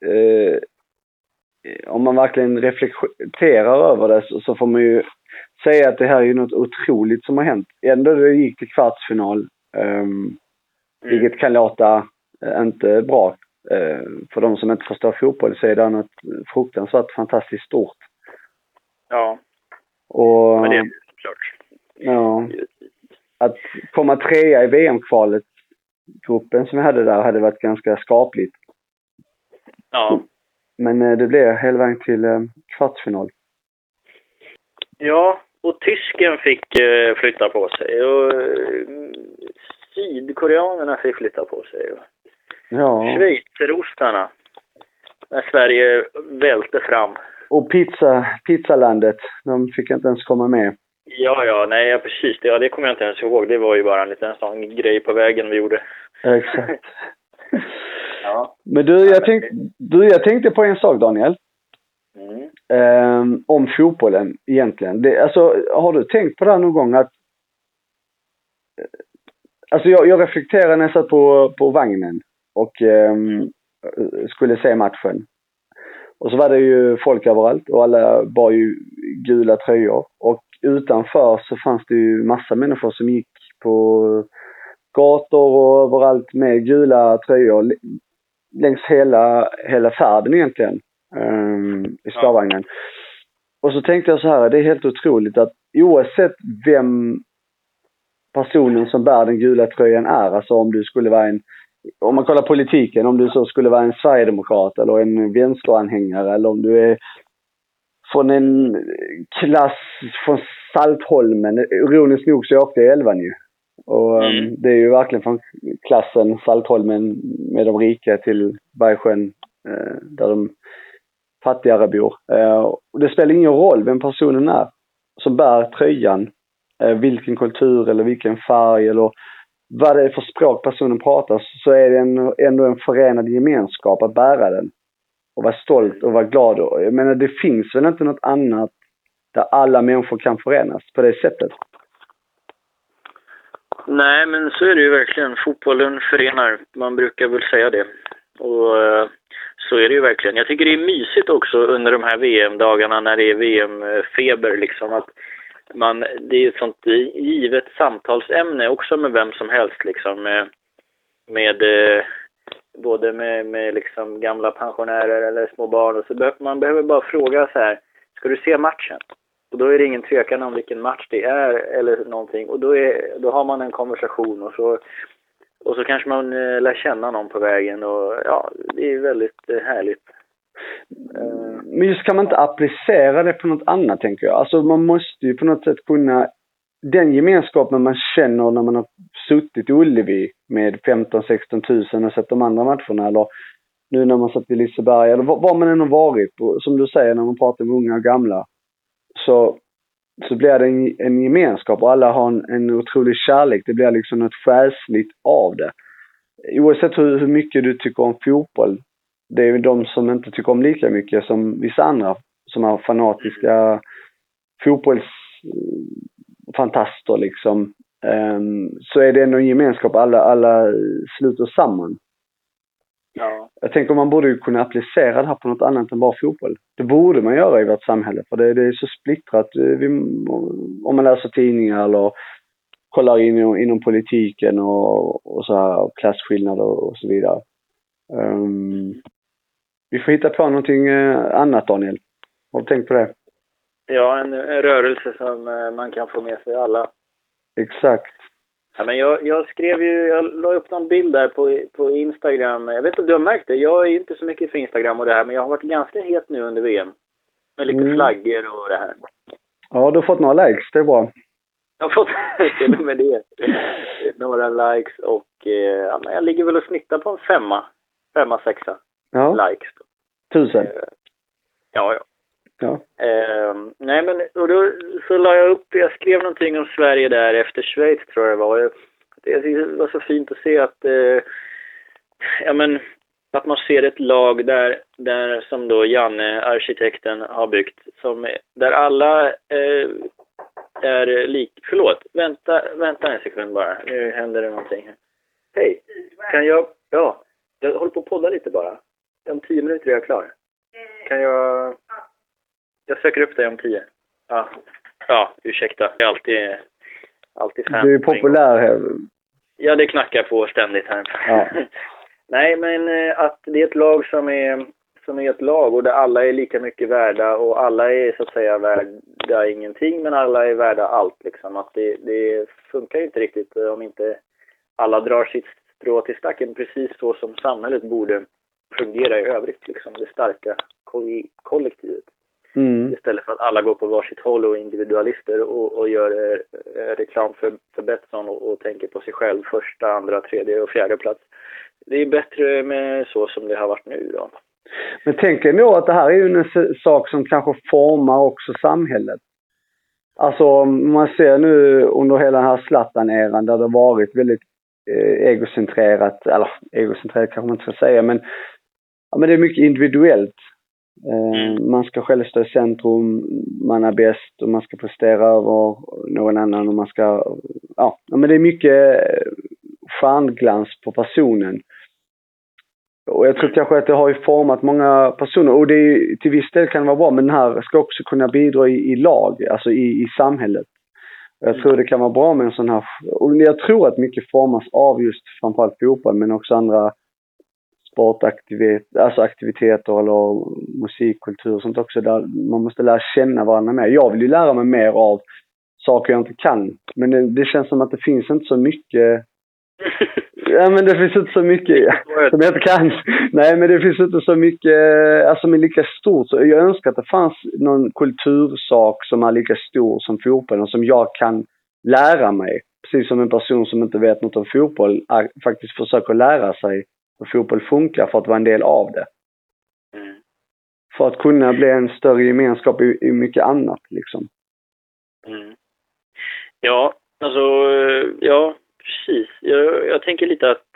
[SPEAKER 5] om man verkligen reflekterar över det så får man ju säga att det här är ju något otroligt som har hänt. Ändå det gick till kvartsfinal. Vilket kan låta inte bra. För de som inte förstår fotboll så är det något fruktansvärt fantastiskt stort.
[SPEAKER 4] Ja.
[SPEAKER 5] Och,
[SPEAKER 4] men det är klart.
[SPEAKER 5] Ja. Att komma trea i VM-kvalet gruppen som vi hade där hade varit ganska skapligt.
[SPEAKER 4] Ja.
[SPEAKER 5] Men det blev hela vägen till kvartsfinal.
[SPEAKER 4] Ja, och tysken fick flytta på sig. Och sydkoreanerna fick flytta på sig.
[SPEAKER 5] Ja.
[SPEAKER 4] Schweizerostarna. När Sverige välte fram.
[SPEAKER 5] Och pizzalandet, de fick inte ens komma med.
[SPEAKER 4] Ja, nej, precis. Det kommer jag inte ens ihåg. Det var ju bara en liten sån grej på vägen vi gjorde.
[SPEAKER 5] Exakt.
[SPEAKER 4] Ja.
[SPEAKER 5] Men jag tänkte på en sak, Daniel. Om fotbollen egentligen. Alltså, har du tänkt på det någon gång att... Alltså jag reflekterar när jag satt på vagnen och skulle se matchen. Och så var det ju folk överallt och alla bar ju gula tröjor. Och utanför så fanns det ju massa människor som gick på gator och överallt med gula tröjor längs hela färden egentligen i spårvagnen. Och så tänkte jag så här, det är helt otroligt att oavsett vem personen som bär den gula tröjan är, alltså om du skulle vara om man kollar politiken, om du så skulle vara en Sverigedemokrat eller en vänsteranhängare eller om du är från en klass från Saltholmen. Ironiskt nog så åkte jag 11 nu. Och det är ju verkligen från klassen Saltholmen med de rika till Bergsjön där de fattigare bor. Och det spelar ingen roll vem personen är som bär tröjan, vilken kultur eller vilken färg eller vad det är för språk personen pratar, så är det ändå en förenad gemenskap att bära den. Och vara stolt och vara glad. Jag menar, det finns väl inte något annat där alla människor kan förenas på det sättet.
[SPEAKER 4] Nej, men så är det ju verkligen. Fotbollen förenar. Man brukar väl säga det. Och så är det ju verkligen. Jag tycker det är mysigt också under de här VM-dagarna när det är VM-feber liksom att det är ett sånt givet samtalsämne också med vem som helst liksom med både med liksom gamla pensionärer eller små barn. Och så man behöver bara fråga så här, ska du se matchen? Och då är det ingen tvekan om vilken match det är eller någonting. Och då har man en konversation och så kanske man lär känna någon på vägen. Och ja, det är väldigt härligt.
[SPEAKER 5] Men just kan man inte applicera det på något annat, tänker jag. Alltså man måste ju på något sätt kunna, den gemenskapen man känner när man har suttit i Ullevi med 15-16 000 och sett de andra matcherna, eller nu när man satt i Liseberg, eller var man än har varit, och som du säger när man pratar med unga och gamla, så blir det en gemenskap och alla har en otrolig kärlek. Det blir liksom något själsligt av det. Oavsett hur mycket du tycker om fotboll, det är ju de som inte tycker om lika mycket som vissa andra som har fanatiska fotbollsfantaster liksom. Så är det ändå en gemenskap, alla sluter samman.
[SPEAKER 4] Ja.
[SPEAKER 5] Jag tänker man borde ju kunna applicera det här på något annat än bara fotboll. Det borde man göra i vårt samhälle, för det är så splittrat. Om man läser tidningar eller kollar inom politiken och så här, klasskillnader och så vidare. Vi får hitta på någonting annat, Daniel. Har du tänkt på det?
[SPEAKER 4] Ja, en rörelse som man kan få med sig alla.
[SPEAKER 5] Exakt.
[SPEAKER 4] Ja, men jag la upp någon bild där på Instagram. Jag vet inte om du har märkt det. Jag är inte så mycket för Instagram och det här, men jag har varit ganska het nu under VM. Med lite flaggor och det här.
[SPEAKER 5] Ja, du har fått några likes, det är bra.
[SPEAKER 4] Jag har fått till och med det. Några likes och ja, men jag ligger väl och snittar på en 5-6 likes.
[SPEAKER 5] 1000.
[SPEAKER 4] Ja.
[SPEAKER 5] Ja.
[SPEAKER 4] Nej, men och då så la jag jag skrev någonting om Sverige där efter Schweiz, tror jag det var. Det var så fint att se att att man ser ett lag där som då Janne, arkitekten, har byggt, där alla är förlåt, vänta en sekund bara. Nu händer det någonting här. Hej, kan jag håller på att podda lite bara. Om 10 minuter är jag klar. Kan jag söker upp dig om 10. Ja, ursäkta. Jag är alltid fan.
[SPEAKER 5] Du är populär här.
[SPEAKER 4] Ja, det knackar på ständigt här.
[SPEAKER 5] Ja.
[SPEAKER 4] Nej, men att det är ett lag som är ett lag och där alla är lika mycket värda och alla är så att säga värda ingenting, men alla är värda allt liksom. Att det funkar ju inte riktigt om inte alla drar sitt strå till stacken, precis så som samhället borde fungera i övrigt liksom. Det starka kollektivet. Istället för att alla går på varsitt håll och individualister och gör reklam för Betsson och tänker på sig själv första, andra, tredje och fjärde plats. Det är bättre med så som det har varit nu då.
[SPEAKER 5] Men tänk ändå att det här är ju en sak som kanske formar också samhället. Alltså man ser nu under hela den här Zlatan-eran där det har varit väldigt egocentrerat, eller egocentrerat kanske man inte ska säga, men det är mycket individuellt. Man ska själv stå i centrum, man är bäst och man ska prestera över någon annan och man ska, men det är mycket stjärnglans på personen. Och jag tror kanske att det har ju format många personer, och det är, till viss del kan det vara bra, men den här ska också kunna bidra i lag, alltså i samhället. Och jag tror det kan vara bra med en sån här, och jag tror att mycket formas av just framförallt fotboll, men också andra aktiviteter eller musikkultur och sånt också, där man måste lära känna varandra mer. Jag vill ju lära mig mer av saker jag inte kan, men det känns som att det finns inte så mycket. Ja, men det finns inte så mycket som jag inte kan. Nej, men det finns inte så mycket som är lika stort. Så jag önskar att det fanns någon kultursak som är lika stor som fotbollen och som jag kan lära mig. Precis som en person som inte vet något om fotboll faktiskt försöker lära sig hur fotboll funkar för att vara en del av det. För att kunna bli en större gemenskap i mycket annat liksom.
[SPEAKER 4] Ja, alltså ja, precis. Jag tänker lite att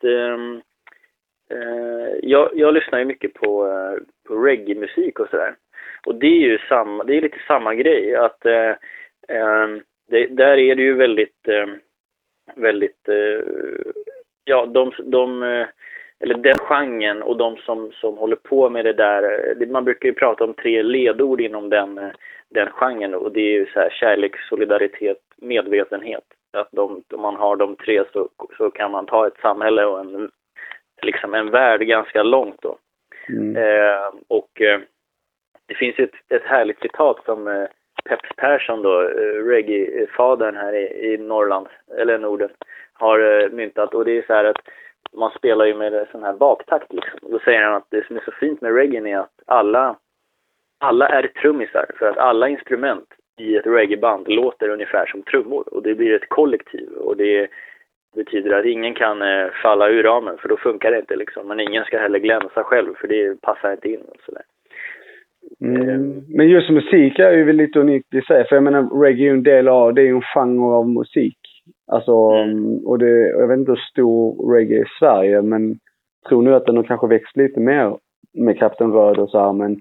[SPEAKER 4] jag lyssnar ju mycket på reggae-musik och sådär. Och det är ju det är lite samma grej. Att där är det ju väldigt eller den genren och de som håller på med det där. Man brukar ju prata om 3 ledord inom den genren, och det är ju så här: kärlek, solidaritet, medvetenhet. Att om man har de 3 så kan man ta ett samhälle och liksom en värld ganska långt då. Det finns ett härligt citat som Peps Persson då, reggae-fadern här i Norrland, eller Norden, har myntat. Och det är så här att man spelar ju med sån här baktakt liksom. Och då säger han att det som är så fint med reggae är att alla är trummisar, för att alla instrument i ett reggae-band låter ungefär som trummor. Och det blir ett kollektiv, och det betyder att ingen kan falla ur ramen, för då funkar det inte liksom. Men ingen ska heller glänsa själv, för det passar inte in och sådär.
[SPEAKER 5] Men just musik är ju lite unikt i sig, för jag menar reggae är ju en del av, det är ju en genre av musik. Alltså, och jag vet inte hur stor reggae är i Sverige, men tror nu att den har kanske växt lite mer med Kapten Röd och så här, men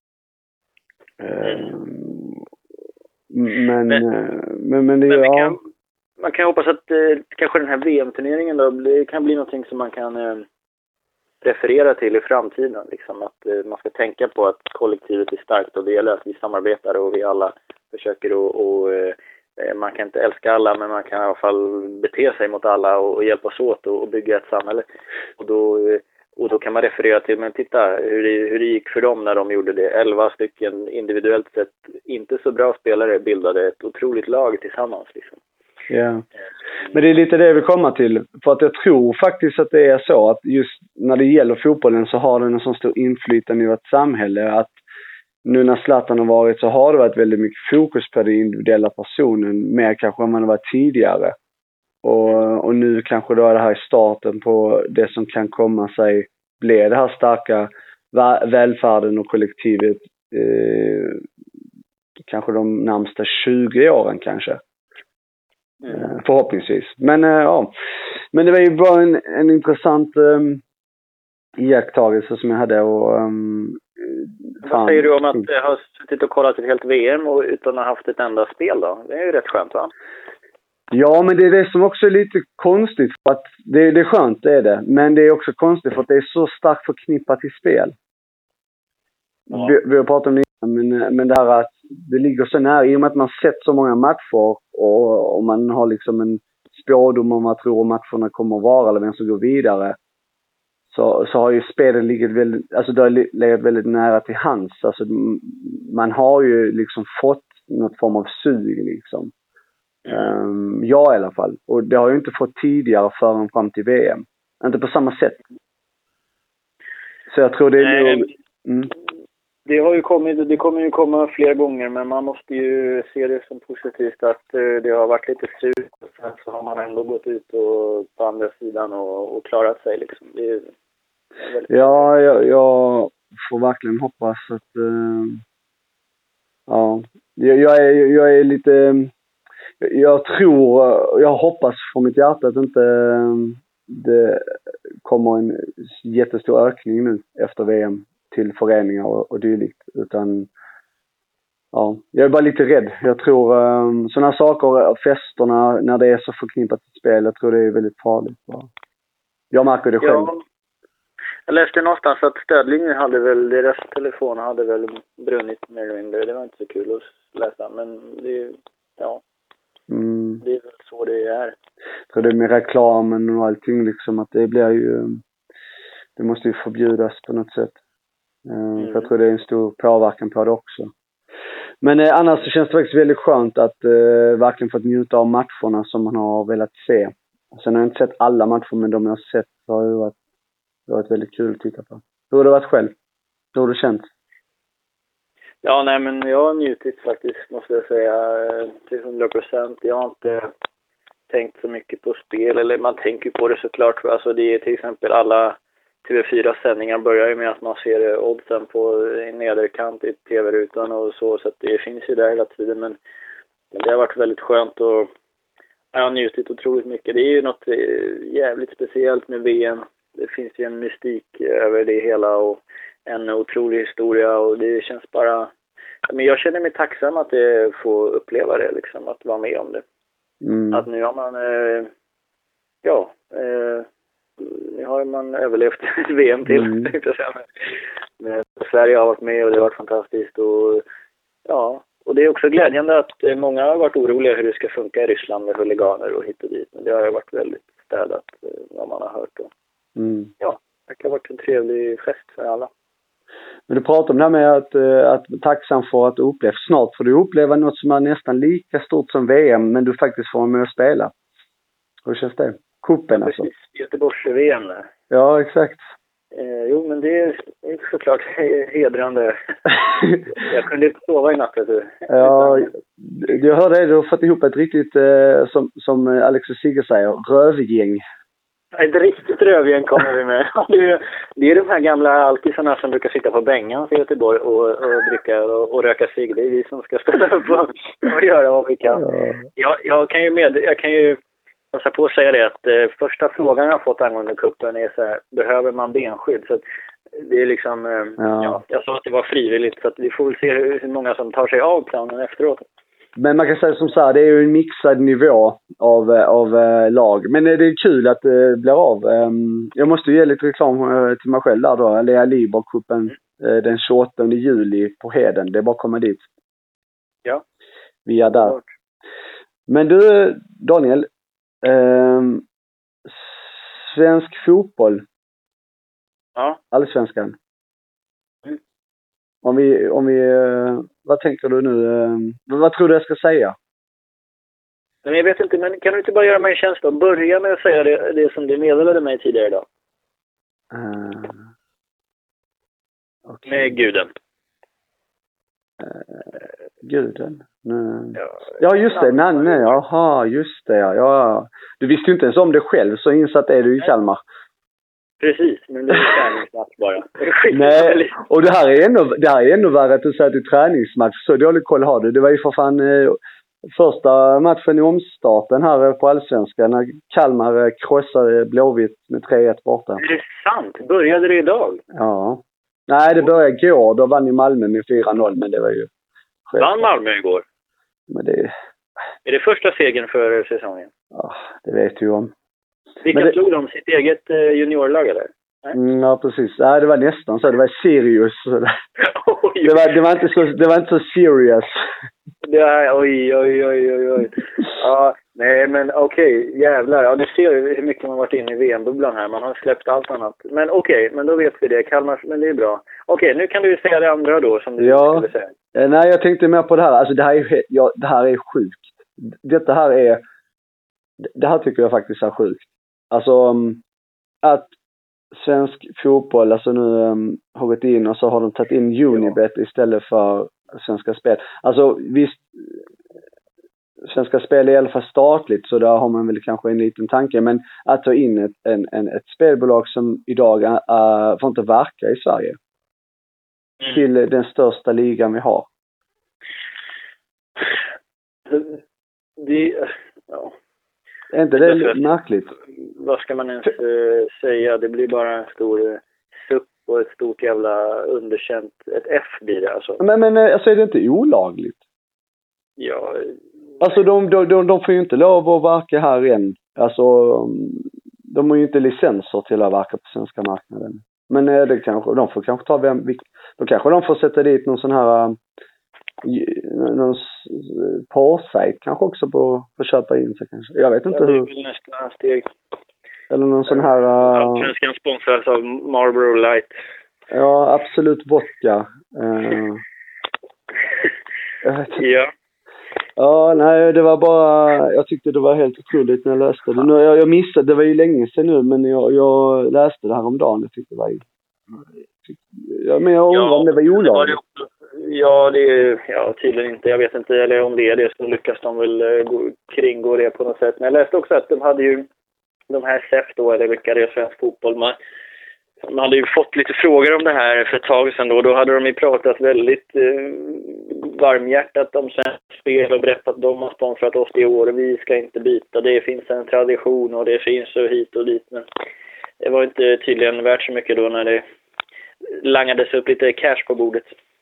[SPEAKER 5] det är
[SPEAKER 4] man kan hoppas att kanske den här VM-turneringen då, det kan bli någonting som man kan referera till i framtiden. Liksom, att man ska tänka på att kollektivet är starkt, och det gäller att vi samarbetar och vi alla försöker man kan inte älska alla, men man kan i alla fall bete sig mot alla och hjälpas åt och bygga ett samhälle. Och då kan man referera till, men titta hur det gick för dem när de gjorde det. 11 stycken individuellt sett inte så bra spelare bildade ett otroligt lag tillsammans liksom.
[SPEAKER 5] Ja, men det är lite det vi kommer till. För att jag tror faktiskt att det är så att just när det gäller fotbollen så har den en sån stor inflytande i vårt samhälle, att nu när Zlatan har varit så har det varit väldigt mycket fokus på den individuella personen, mer kanske än man har varit tidigare. Och nu kanske då är det här i starten på det som kan komma sig bli det här starka välfärden och kollektivet kanske de närmsta 20 åren kanske. Förhoppningsvis. Men men det var ju bara en intressant iakttagelse som jag hade. Och
[SPEAKER 4] vad säger du om att jag har suttit och kollat ett helt VM och utan att ha haft ett enda spel då? Det är ju rätt skönt, va? Ja,
[SPEAKER 5] men det är det som också är lite konstigt, för att det är skönt, det är det. Men det är också konstigt för att det är så starkt förknippat till spel. Ja. Vi har pratat om det, men det här att det ligger så nära, i och med att man sett så många matcher och man har liksom en spårdom om vad tror matcherna kommer att vara eller vem som går vidare, så har ju spelet legat väldigt nära till hands. Alltså man har ju liksom fått något form av sug liksom. Jag i alla fall. Och det har jag inte fått tidigare förrän fram till VM. Inte på samma sätt. Så jag tror det är
[SPEAKER 4] det har ju kommit, det kommer ju komma fler gånger, men man måste ju se det som positivt att det har varit lite surt, och sen så har man ändå gått ut och på andra sidan och klarat sig liksom. Det är väldigt...
[SPEAKER 5] Ja, jag får verkligen hoppas att jag är lite, jag hoppas från mitt hjärta att inte det kommer en jättestor ökning nu efter VM till föreningar och dylikt, utan jag är bara lite rädd. Jag tror sådana saker, festerna när det är så förknippat till spel, jag tror det är väldigt farligt. Jag märker det själv.
[SPEAKER 4] Ja, jag läste någonstans att stödlinjen hade väl, deras telefon hade väl brunnit mer eller mindre. Det var inte så kul att läsa, men det är väl så det är.
[SPEAKER 5] Jag tror det är med reklamen och allting liksom, att det blir ju, det måste ju förbjudas på något sätt. För jag tror det är en stor påverkan på det också. Men annars så känns det faktiskt väldigt skönt att verkligen fått njuta av matcherna som man har velat se. Sen har jag inte sett alla matcher, men de jag har sett har ju varit väldigt kul att titta på. Hur har det varit själv? Hur har det känts?
[SPEAKER 4] Ja, nej, men jag har njutit faktiskt, måste jag säga, till 100%. Jag har inte tänkt så mycket på spel, eller man tänker på det såklart. Alltså det är till exempel alla TV4-sändningar börjar ju med att man ser oddsen på en nederkant i tv-rutan och så att det finns ju där hela tiden, men det har varit väldigt skönt och jag har njutit otroligt mycket. Det är ju något jävligt speciellt med VM. Det finns ju en mystik över det hela och en otrolig historia, och det känns bara, men jag känner mig tacksam att få uppleva det liksom, att vara med om det. Att nu har man nu har man överlevt ett VM till. Men Sverige har varit med och det har varit fantastiskt. Och det är också glädjande att många har varit oroliga hur det ska funka i Ryssland med huliganer och hit och dit. Men det har varit väldigt städat vad man har hört.
[SPEAKER 6] Det har varit en trevlig fest för alla.
[SPEAKER 5] Men du pratar om det här med att tacksam för att du upplevt. Snart får du uppleva något som är nästan lika stort som VM, men du faktiskt får med att spela. Hur känns det? Kuppen alltså.
[SPEAKER 6] Precis, Göteborgs-VM där.
[SPEAKER 5] Ja, exakt.
[SPEAKER 6] Jo, men det är såklart hedrande. Jag kunde inte sova i natt, vet du.
[SPEAKER 5] Ja, jag hörde det. Du har fått ihop ett riktigt, som Alex och Sigge säger, rövgäng.
[SPEAKER 6] Ett riktigt rövgäng kommer vi med. Det är de här gamla alkisarna som brukar sitta på bängan i Göteborg och dricka och röka cigg. Det är vi som ska ställa upp och göra vad vi kan. Ja. Jag kan ju passa på att säga det att första frågan jag har fått angående kuppen är så här: behöver man benskydd? Så att det är liksom, jag sa att det var frivilligt, så att vi får väl se hur många som tar sig av planen efteråt.
[SPEAKER 5] Men man kan säga som så här, det är ju en mixad nivå av lag. Men det är kul att det blir av. Jag måste ge lite reklam till mig själv där då. Lea Liber-cupen den 28 juli på Heden. Det är bara att komma dit.
[SPEAKER 6] Ja.
[SPEAKER 5] Vi är där. Men du, Daniel. Svensk fotboll.
[SPEAKER 6] Ja.
[SPEAKER 5] Allsvenskan. Om vi vad tänker du nu? Vad tror du jag ska säga?
[SPEAKER 6] Men jag vet inte, men kan du inte bara göra mig en tjänst då? Börja med att säga det som du meddelade mig tidigare idag.
[SPEAKER 5] Okay.
[SPEAKER 6] Med guden.
[SPEAKER 5] Guden? Ja, just det. Nanne. Jaha, just det. Ja. Du visste ju inte ens om det själv, så insatt är du i Kalmar.
[SPEAKER 6] Precis, men det är träningsmatch bara.
[SPEAKER 5] Nej, och det här är ännu värre att du säger att det är träningsmatch. Så dålig koll har du. Det var ju för fan första matchen i omstarten här på Allsvenskan när Kalmar krossade Blåvitt med 3-1 borta.
[SPEAKER 6] Är det sant? Började det idag?
[SPEAKER 5] Ja. Nej, det började igår. Då vann ju Malmö med 4-0, men det var ju...
[SPEAKER 6] Vann Malmö igår?
[SPEAKER 5] Men det...
[SPEAKER 6] Är det första segern för säsongen?
[SPEAKER 5] Ja, det vet du om.
[SPEAKER 6] Vilka slog de? Sitt eget juniorlag eller?
[SPEAKER 5] Ja, precis. Nej, det var nästan så. Det var Sirius. Det var inte så serious.
[SPEAKER 6] Oj. Ja, nej, men okej. Jävlar. Ja, du ser hur mycket man varit inne i VM-bubblan här. Man har släppt allt annat. Men okej, men då vet vi det. Kalmar, men det är bra. Okej, nu kan du säga det andra då som du skulle säga.
[SPEAKER 5] Nej, jag tänkte mer på det här. Alltså, det här är sjukt. Det här tycker jag faktiskt är sjukt. Alltså, att svensk fotboll alltså nu har gått in och så har de tagit in Unibet istället för Svenska Spel. Alltså visst, Svenska Spel är i alla fall statligt, så där har man väl kanske en liten tanke. Men att ta in ett spelbolag som idag får inte verka i Sverige till den största ligan vi har. Är inte det märkligt?
[SPEAKER 6] Vad ska man ens säga? Det blir bara en stor supp och ett stort jävla underkänt. Ett F blir det alltså.
[SPEAKER 5] Men alltså är det inte olagligt?
[SPEAKER 6] Ja.
[SPEAKER 5] Alltså de får ju inte lov att verka här än. Alltså de har ju inte licenser till att verka på svenska marknaden. Men det kanske, de får kanske ta då kanske de får sätta dit någon sån här någon porrsajt kanske också på att köpa in sig kanske. Jag vet inte hur.
[SPEAKER 6] Det är väl nästa steg.
[SPEAKER 5] Eller någon sån här...
[SPEAKER 6] Allsvenskan sponsras av Marlboro Light.
[SPEAKER 5] Ja, absolut vodka.
[SPEAKER 6] Ja.
[SPEAKER 5] Ja, nej, det var bara... Jag tyckte det var helt otroligt när jag läste det. Jag missade, det var ju länge sedan nu, men jag läste det här om dagen. Jag tyckte det var... Men jag undrar om det var olagligt.
[SPEAKER 6] Ja, tydligen inte. Jag vet inte, eller om det är det så lyckas de väl kringgå det på något sätt. Men jag läste också att de hade ju de här SEF då, eller vilka det är svensk fotboll. Man hade ju fått lite frågor om det här för ett tag sedan då. Då hade de ju pratat väldigt varmhjärtat om svensk spel och berättat att de har sponsrat oss i år och vi ska inte byta. Det finns en tradition och det finns så hit och dit. Men det var inte tydligen värt så mycket då när det langades upp lite cash på bordet.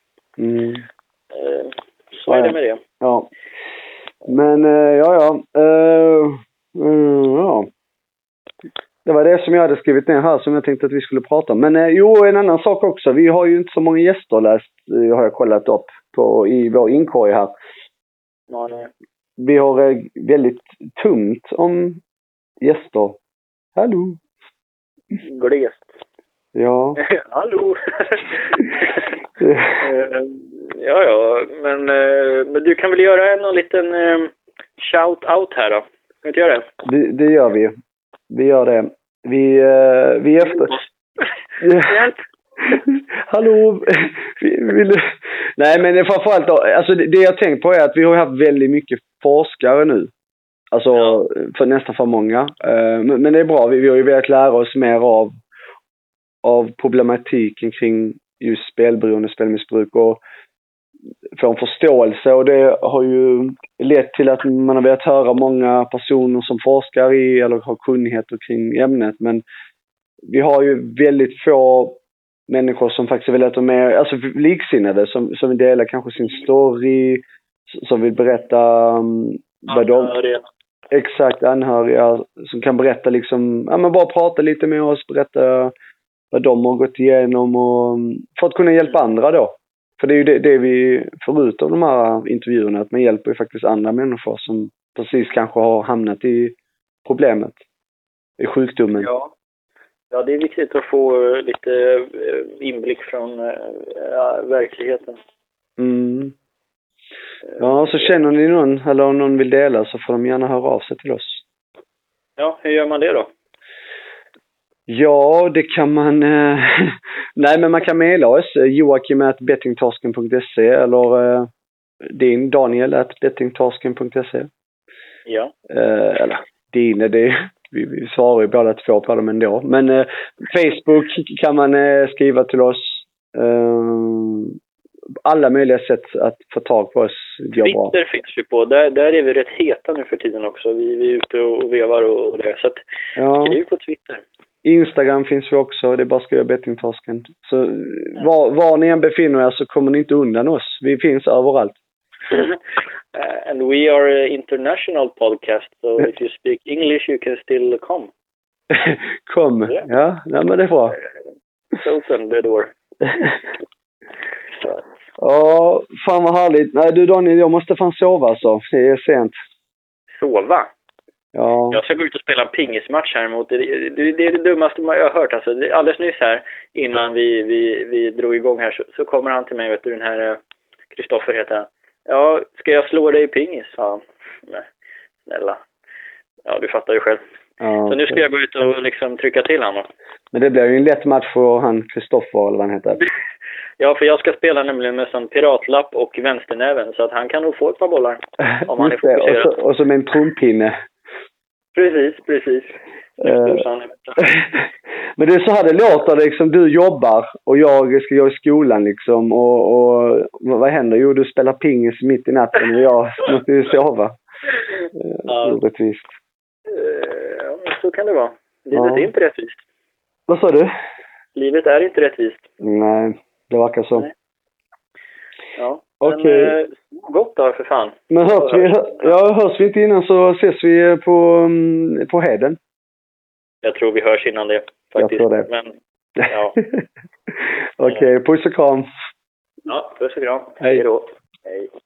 [SPEAKER 6] Så är det med det.
[SPEAKER 5] Ja. Men ja. Det var det som jag hade skrivit ner här som jag tänkte att vi skulle prata om. Men en annan sak också. Vi har ju inte så många gäster har jag kollat upp i vår inkorg här.
[SPEAKER 6] Ja, nej.
[SPEAKER 5] Vi har väldigt tungt om gäster. Hallå?
[SPEAKER 6] Glest.
[SPEAKER 5] Ja.
[SPEAKER 6] Hallå! Ja, men du kan väl göra en liten shout-out här då? Kan du inte göra det?
[SPEAKER 5] Det gör vi. Vi gör det. Vi efter... Hallå! Nej, men framförallt då, alltså det jag tänkt på är att vi har haft väldigt mycket forskare nu. Alltså för nästan för många. Men det är bra. Vi har ju velat lära oss mer av problematiken kring just spelberoende, spelmissbruk och få en förståelse. Och det har ju lett till att man har velat höra många personer som forskar i eller har kunnigheter kring ämnet. Men vi har ju väldigt få människor som faktiskt vill vara mer, alltså liksinnade som vill dela kanske sin story, som vill berätta vad de... Exakt, anhöriga som kan berätta liksom, ja men bara prata lite med oss, berätta vad de har gått igenom och för att kunna hjälpa andra då. För det är ju det vi får ut av de här intervjuerna, att man hjälper ju faktiskt andra människor som precis kanske har hamnat i problemet, i sjukdomen.
[SPEAKER 6] Ja, det är viktigt att få lite inblick från verkligheten.
[SPEAKER 5] Mm. Ja, så känner ni någon eller om någon vill dela så får de gärna höra av sig till oss.
[SPEAKER 6] Ja, hur gör man det då?
[SPEAKER 5] Ja, det kan man... Nej, men man kan mejla oss. joakim@bettingtorsken.se eller din Daniel@bettingtorsken.se.
[SPEAKER 6] Ja.
[SPEAKER 5] Eller din är det... Vi svarar ju båda två på dem ändå. Men Facebook kan man skriva till oss. Alla möjliga sätt att få tag på oss.
[SPEAKER 6] Twitter finns vi på. Där är vi rätt heta nu för tiden också. Vi är ute och vevar och det. Så att skriv på Twitter.
[SPEAKER 5] Instagram finns vi också. Det är bara att skriva Bettingtorsken. Så var ni än befinner er så kommer ni inte undan oss. Vi finns överallt.
[SPEAKER 6] And we are an international podcast. So if you speak English you can still come.
[SPEAKER 5] Kom. Ja, men det är bra.
[SPEAKER 6] Open the door.
[SPEAKER 5] Ja, fan vad härligt. Nej du Daniel, jag måste fan sova alltså. Det är sent.
[SPEAKER 6] Sova?
[SPEAKER 5] Ja.
[SPEAKER 6] Jag ska gå ut och spela en pingismatch här mot... Det är det dummaste jag har hört. Alltså, alldeles nyss här, innan vi drog igång här, så kommer han till mig, vet du, den här Kristoffer heter han. Ja, ska jag slå dig i pingis? Ja, nej, snälla. Ja, du fattar ju själv. Ja, så nu ska jag gå ut och liksom trycka till honom.
[SPEAKER 5] Men det blir ju en lätt match för han Kristoffer, eller vad han heter.
[SPEAKER 6] Ja, för jag ska spela nämligen med sån piratlapp och vänsternäven, så att han kan nog få ett par bollar. Om han är fokuserad.
[SPEAKER 5] Och så med en trumpinne.
[SPEAKER 6] Precis.
[SPEAKER 5] Men det är så här det låter liksom, du jobbar och jag ska gå i skolan liksom och vad händer? Jo, du spelar pingis mitt i natten och jag måste ju sova. Orättvist.
[SPEAKER 6] Ja, så kan det vara. Livet är inte rättvist.
[SPEAKER 5] Vad sa du?
[SPEAKER 6] Livet är inte rättvist.
[SPEAKER 5] Nej, det verkar så.
[SPEAKER 6] Nej. Ja,
[SPEAKER 5] okej.
[SPEAKER 6] Gott då för fan.
[SPEAKER 5] Men hörs vi inte innan så ses vi på Heden.
[SPEAKER 6] Jag tror vi hörs innan det faktiskt.
[SPEAKER 5] Jag tror det.
[SPEAKER 6] Men, ja.
[SPEAKER 5] Okej, puss och kram.
[SPEAKER 6] Ja, puss och kram.
[SPEAKER 5] Hej
[SPEAKER 6] då. Hej.